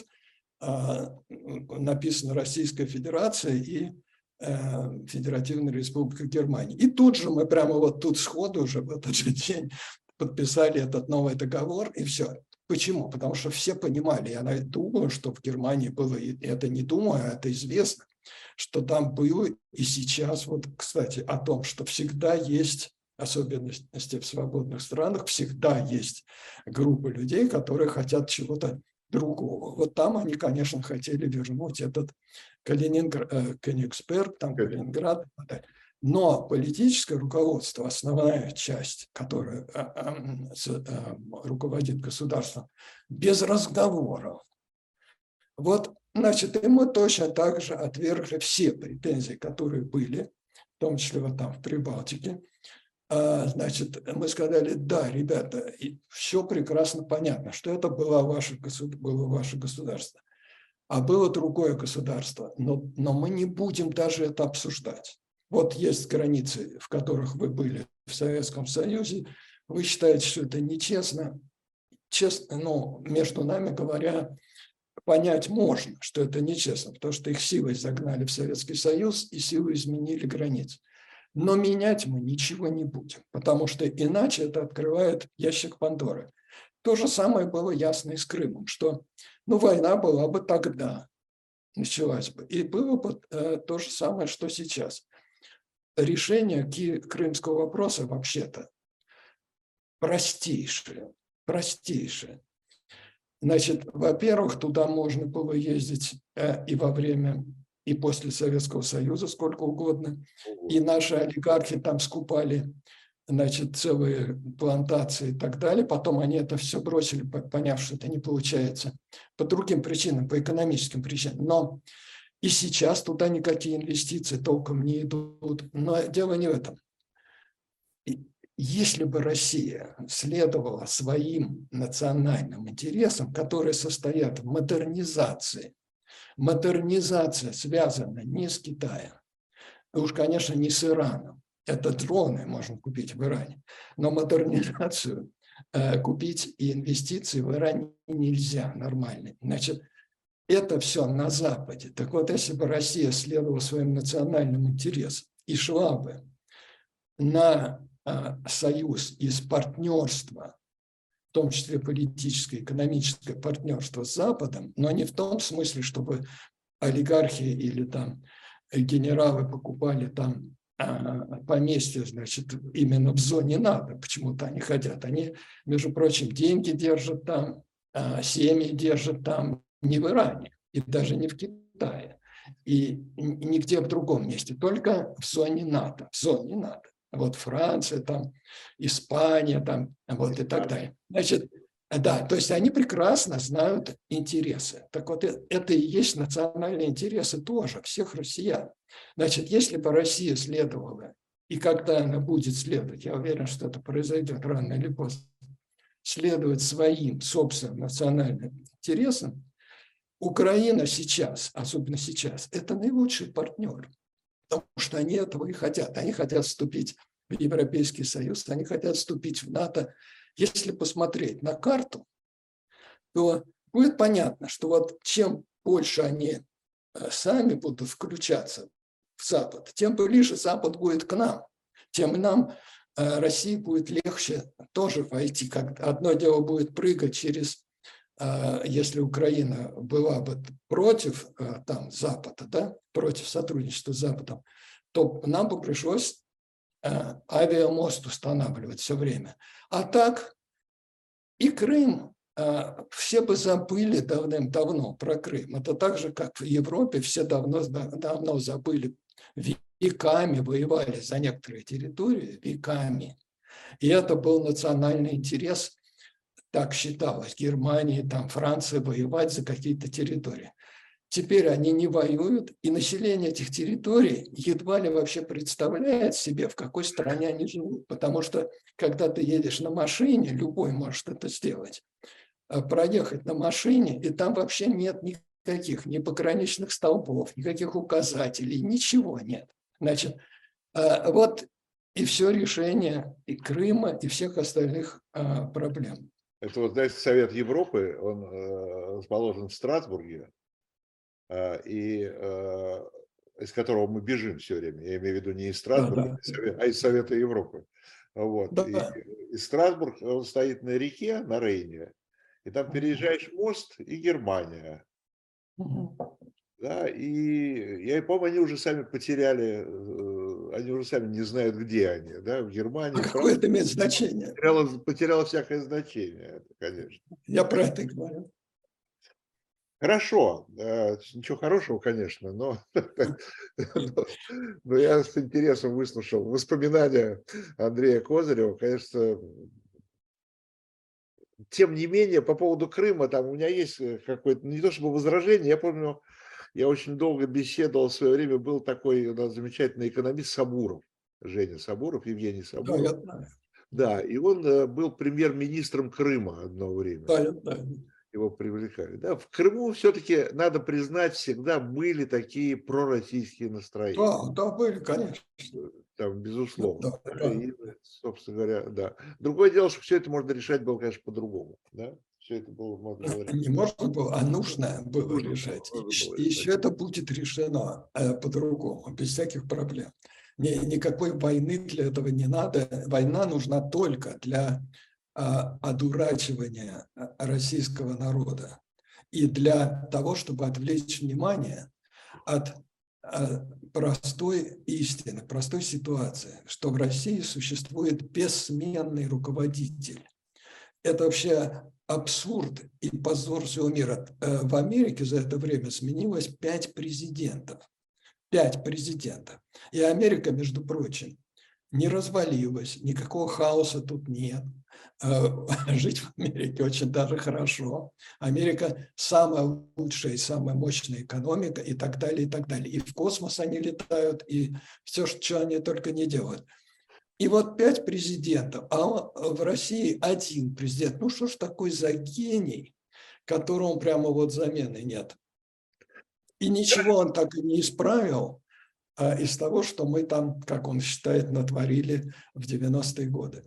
написано Российская Федерация и Федеративная Республика Германия. И тут же мы прямо вот тут сходу уже в этот же день подписали этот новый договор, и все. Почему? Потому что все понимали, я думаю, что в Германии было, и это не думаю, а это известно, что там было и сейчас, вот, кстати, о том, что всегда есть особенности в свободных странах, всегда есть группа людей, которые хотят чего-то другого. Вот там они, конечно, хотели вернуть этот Кёнигсберг, там Калининград. Но политическое руководство, основная часть, которая руководит государством, без разговоров. Вот, значит, и мы точно так же отвергли все претензии, которые были, в том числе вот там в Прибалтике. Значит, мы сказали, да, ребята, все прекрасно понятно, что это было ваше государство, а было другое государство, но мы не будем даже это обсуждать. Вот есть границы, в которых вы были в Советском Союзе, вы считаете, что это нечестно. Честно, ну, между нами говоря, понять можно, что это нечестно, потому что их силой загнали в Советский Союз и силой изменили границы. Но менять мы ничего не будем, потому что иначе это открывает ящик Пандоры. То же самое было ясно и с Крымом, что ну, война была бы тогда, началась бы, и было бы то же самое, что сейчас. Решение крымского вопроса вообще-то простейшее. Значит, во-первых, туда можно было ездить и во время, и после Советского Союза сколько угодно. И наши олигархи там скупали, значит, целые плантации и так далее. Потом они это все бросили, поняв, что это не получается. По другим причинам, по экономическим причинам. Но и сейчас туда никакие инвестиции толком не идут. Но дело не в этом. Если бы Россия следовала своим национальным интересам, которые состоят в модернизация связана не с Китаем, и уж, конечно, не с Ираном. Это дроны можно купить в Иране, но модернизацию купить и инвестиции в Иране нельзя нормально. Значит, это все на Западе. Так вот, если бы Россия следовала своим национальным интересам и шла бы на союз из партнерства, в том числе политическое, экономическое партнерство с Западом, но не в том смысле, чтобы олигархи или там генералы покупали там поместья, значит, именно в зоне НАТО. Почему-то они хотят. Они, между прочим, деньги держат там, семьи держат там, не в Иране и даже не в Китае. И нигде в другом месте, только в зоне НАТО, в зоне НАТО. Вот Франция, там, Испания, там, вот и так далее. Значит, да, то есть они прекрасно знают интересы. Так вот, это и есть национальные интересы тоже всех россиян. Значит, если бы Россия следовала, и когда она будет следовать, я уверен, что это произойдет рано или поздно, следовать своим собственным национальным интересам, Украина сейчас, особенно сейчас, это наилучший партнер, потому что они этого и хотят. Они хотят вступить в Европейский Союз, они хотят вступить в НАТО. Если посмотреть на карту, то будет понятно, что вот чем больше они сами будут включаться в Запад, тем ближе Запад будет к нам, тем нам России будет легче тоже войти. Одно дело будет прыгать через, если Украина была бы против там, Запада, да, против сотрудничества с Западом, то нам бы пришлось авиамост устанавливать все время. А так и Крым, все бы забыли давным-давно про Крым. Это так же, как в Европе все давно забыли, веками воевали за некоторые территории, веками. И это был национальный интерес, так считалось, Германии, там, Франции воевать за какие-то территории. Теперь они не воюют, и население этих территорий едва ли вообще представляет себе, в какой стране они живут. Потому что, когда ты едешь на машине, любой может это сделать, проехать на машине, и там вообще нет никаких ни пограничных столбов, никаких указателей, ничего нет. Значит, вот и все решение и Крыма, и всех остальных проблем. Это вот, знаете, Совет Европы, он расположен в Страсбурге, и из которого мы бежим все время. Я имею в виду не из Страсбурга, а из Совета Европы. Вот. Да. И Страсбург, он стоит на реке, на Рейне, и там переезжаешь мост, и Германия. Да, и я помню, они уже сами потеряли, они уже сами не знают, где они, да, в Германии. Какое это имеет значение? Потеряло всякое значение, это, конечно. Я про это и говорю. Хорошо, ничего хорошего, конечно, но я с интересом выслушал воспоминания Андрея Козырева, конечно. Тем не менее, по поводу Крыма, там у меня есть какое-то, не то чтобы возражение, я помню, я очень долго беседовал в свое время, был такой у нас замечательный экономист Сабуров, Женя Сабуров, Евгений Да, Сабуров. я знаю. Да, и он был премьер-министром Крыма одно время. Да, я знаю. Его привлекали. Да, в Крыму все-таки, надо признать, всегда были такие пророссийские настроения. Да, были, конечно. Там, безусловно. Да, Да, да. и, собственно говоря, да. Другое дело, что все это можно решать было, конечно, по-другому. Да? Все это было, можно было решать. Не можно было, а нужно было Нужно решать. было И решать. еще это будет решено по-другому, без всяких проблем. Никакой войны для этого не надо. Война нужна только для одурачивания российского народа и для того, чтобы отвлечь внимание от простой истины, простой ситуации, что в России существует бессменный руководитель. Это вообще абсурд и позор всего мира. В Америке за это время сменилось 5 президентов. 5 президентов. И Америка, между прочим, не развалилась, никакого хаоса тут нет. Жить в Америке очень даже хорошо. Америка самая лучшая и самая мощная экономика и так далее, и так далее. И в космос они летают, и все, что они только не делают. И вот 5 президентов, а в России 1 президент. Ну что ж такой за гений, которому прямо вот замены нет. И ничего он так и не исправил из того, что мы там, как он считает, натворили в 90-е годы.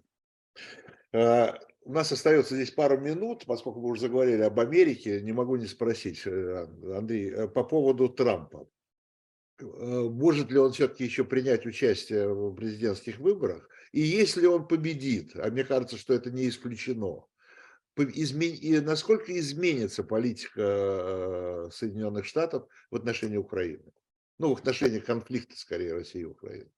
У нас остается здесь пару минут, поскольку мы уже заговорили об Америке, не могу не спросить, Андрей, по поводу Трампа. Может ли он все-таки еще принять участие в президентских выборах? И если он победит, а мне кажется, что это не исключено, и насколько изменится политика Соединенных Штатов в отношении Украины? Ну, в отношении конфликта, скорее, России и Украины.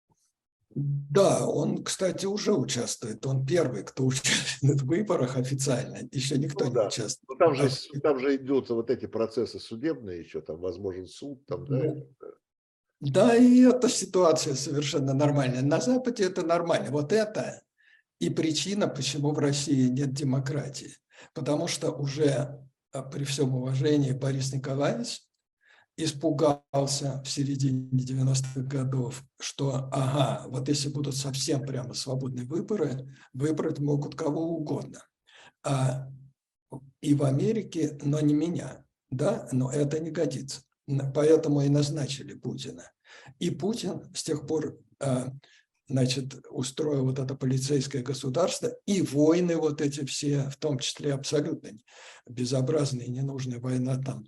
Да, он, кстати, уже участвует. Он первый, кто участвует в выборах официально. Еще никто Ну не да. участвует. Ну, там же идут вот эти процессы судебные еще, там возможен суд, там, да. Ну, да, и эта ситуация совершенно нормальная. На Западе это нормально. Вот это и причина, почему в России нет демократии. Потому что уже при всем уважении Борис Николаевич испугался в середине 90-х годов, что, ага, вот если будут совсем прямо свободные выборы, выбрать могут кого угодно. И в Америке, но не меня, да, но это не годится. Поэтому и назначили Путина. И Путин с тех пор, значит, устроил вот это полицейское государство, и войны вот эти все, в том числе абсолютно безобразная и ненужная война там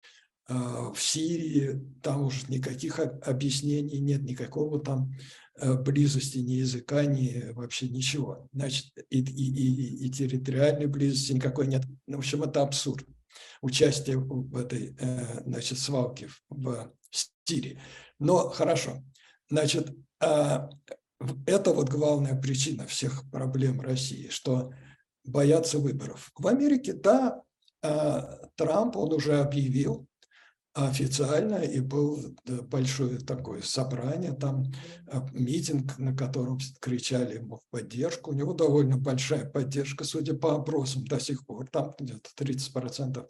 в Сирии, там уже никаких объяснений нет, никакого там близости ни языка, ни вообще ничего. Значит, и территориальной близости никакой нет. В общем, это абсурд. Участие в этой, значит, свалке в Сирии. Но хорошо. Значит, это вот главная причина всех проблем России, что боятся выборов. В Америке, да, Трамп, он уже объявил официально, и был большое такое собрание, там митинг, на котором кричали ему в поддержку. У него довольно большая поддержка, судя по опросам, до сих пор, там где-то 30%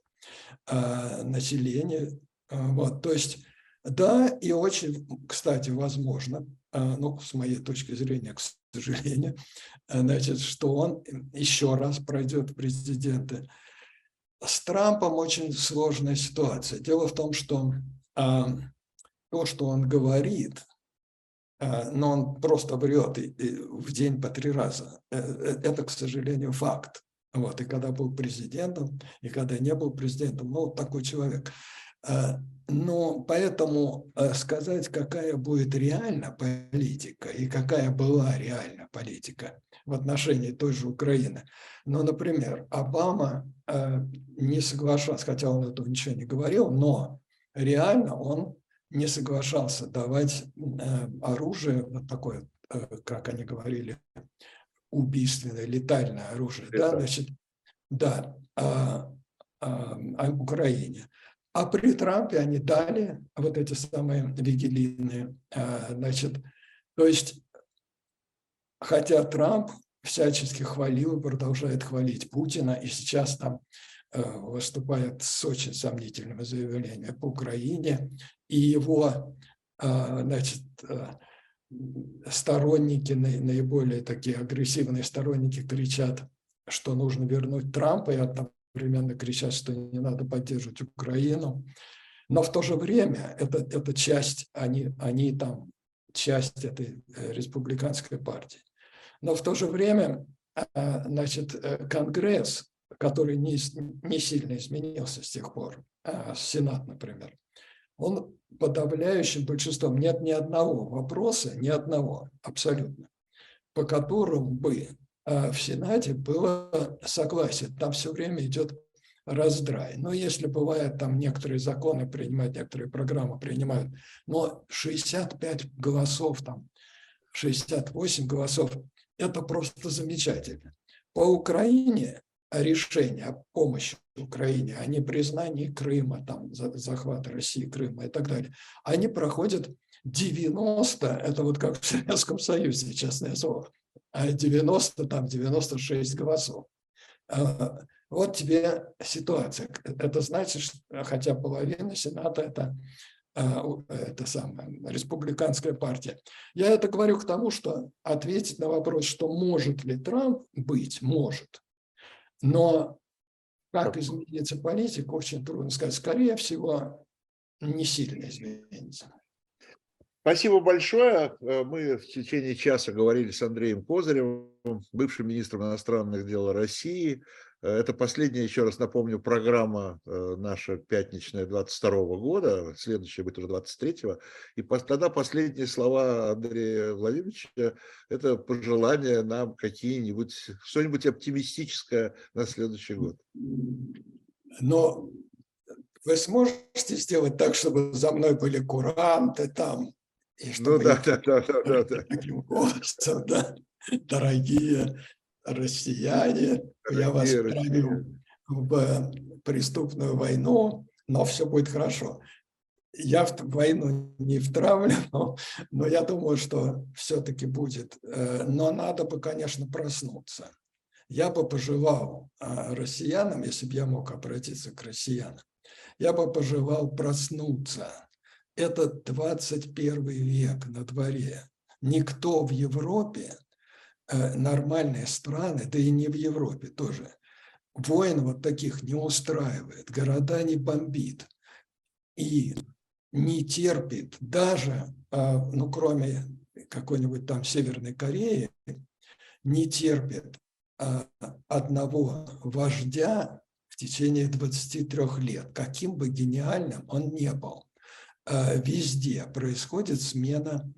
населения. Вот, то есть, да, и очень, кстати, возможно, ну, с моей точки зрения, к сожалению, значит, что он еще раз пройдет в президенты. С Трампом очень сложная ситуация. Дело в том, что то, что он говорит, но он просто врет в день по 3 раза. Это, к сожалению, факт. Вот, и когда был президентом, и когда не был президентом, ну, вот такой человек. Но поэтому сказать, какая будет реальная политика и какая была реальная политика в отношении той же Украины. Ну, например, Обама не соглашался, хотя он этого ничего не говорил, но реально он не соглашался давать оружие, вот такое, как они говорили, убийственное, летальное оружие, да, значит, да, Украине. А при Трампе они дали вот эти самые вигилийные, значит, то есть, хотя Трамп всячески хвалил и продолжает хвалить Путина, и сейчас там выступает с очень сомнительными заявлениями по Украине, и его, значит, сторонники, наиболее такие агрессивные сторонники кричат, что нужно вернуть Трампа, и одновременно кричат, что не надо поддерживать Украину. Но в то же время это часть, они там часть этой республиканской партии. Но в то же время, значит, Конгресс, который не сильно изменился с тех пор, Сенат, например, он подавляющим большинством, нет ни одного вопроса, ни одного абсолютно, по которому бы в Сенате было согласие. Там все время идет раздрай. Но если бывает, там некоторые законы принимают, некоторые программы принимают, но 65 голосов, там 68 голосов, это просто замечательно. По Украине решение о помощи Украине, о непризнании Крыма, там, захвата России Крыма и так далее, они проходят 90, это вот как в Советском Союзе, честное слово, а 90, там 96 голосов. Вот тебе ситуация. Это значит, что хотя половина Сената это самая республиканская партия. Я это говорю к тому, что ответить на вопрос, что может ли Трамп быть, может. Но как изменится политика, очень трудно сказать. Скорее всего, не сильно изменится. Спасибо большое. Мы в течение часа говорили с Андреем Козыревым, бывшим министром иностранных дел России. Это последняя, еще раз напомню, программа наша пятничная 22 года, следующая будет уже 23-го. И тогда последние слова Андрея Владимировича – это пожелание нам какие-нибудь, что-нибудь оптимистическое на следующий год. Но Вы сможете сделать так, чтобы за мной были куранты там, и Ну чтобы да, я да, да, да, да, да. таким голосом, да, дорогие россияне, я вас Дорогие втравил россияне. в преступную войну, но все будет хорошо. Я в войну не втравлю, но я думаю, что все-таки будет. Но надо бы, конечно, проснуться. Я бы пожелал россиянам, если бы я мог обратиться к россиянам, я бы пожелал проснуться. Это 21 век на дворе. Никто в Европе, нормальные страны, да и не в Европе тоже, войн вот таких не устраивает, города не бомбит и не терпит даже, ну, кроме какой-нибудь там Северной Кореи, не терпит одного вождя в течение 23 лет, каким бы гениальным он ни был. Везде происходит смена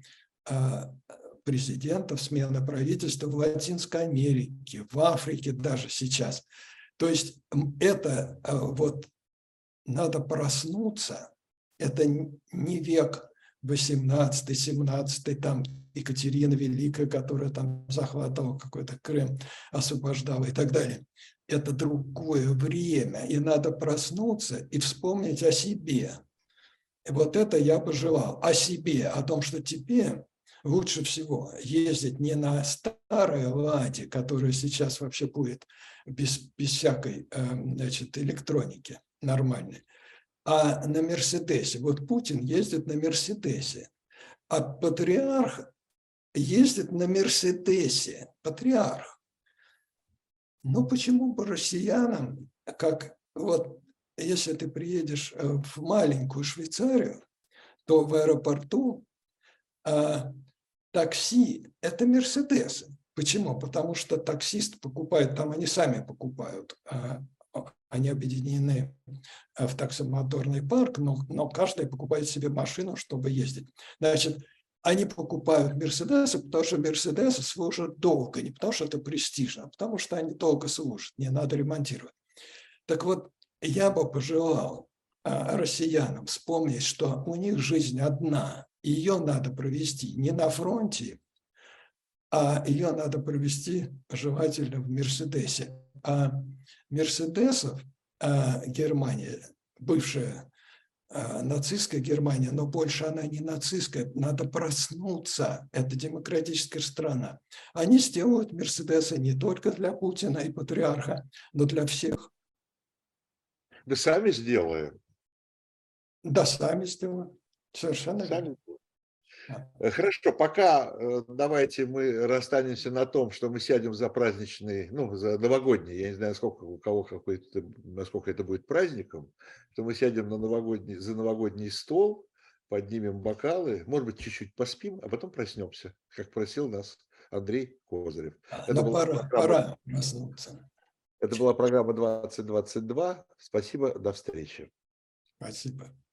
президентов, смена правительства в Латинской Америке, в Африке даже сейчас. То есть это вот надо проснуться. Это не век 18-17, там Екатерина Великая, которая там захватывала какой-то Крым, освобождала и так далее. Это другое время, и надо проснуться и вспомнить о себе. И вот это я бы желал. О себе, о том, что тебе лучше всего ездить не на старой «Ладе», которая сейчас вообще будет без всякой значит, электроники нормальной, а на «Мерседесе». Вот Путин ездит на «Мерседесе», а патриарх ездит на «Мерседесе». Патриарх. Ну, почему бы россиянам, как вот если ты приедешь в маленькую Швейцарию, то в аэропорту такси – это «Мерседесы». Почему? Потому что таксист покупает, там они сами покупают, они объединены в таксомоторный парк, но каждый покупает себе машину, чтобы ездить. Значит, они покупают «Мерседесы», потому что «Мерседесы» служат долго, не потому что это престижно, а потому что они долго служат, не надо ремонтировать. Так вот, я бы пожелал россиянам вспомнить, что у них жизнь одна, и ее надо провести не на фронте, а ее надо провести желательно в «Мерседесе». А «Мерседесов» Германия, бывшая нацистская Германия, но больше она не нацистская, надо проснуться, это демократическая страна. Они сделают «Мерседесы» не только для Путина и патриарха, но для всех. Да сами сделаем. Да, сами сделают. Совершенно верно. Сами. Хорошо, пока давайте мы расстанемся на том, что мы сядем за праздничный, ну, за новогодний, я не знаю, сколько у кого какой-то, насколько это будет праздником, что мы сядем за новогодний стол, поднимем бокалы, может быть, чуть-чуть поспим, а потом проснемся, как просил нас Андрей Козырев. Это Но была пора проснуться. это была программа 2022. Спасибо, до встречи. Спасибо.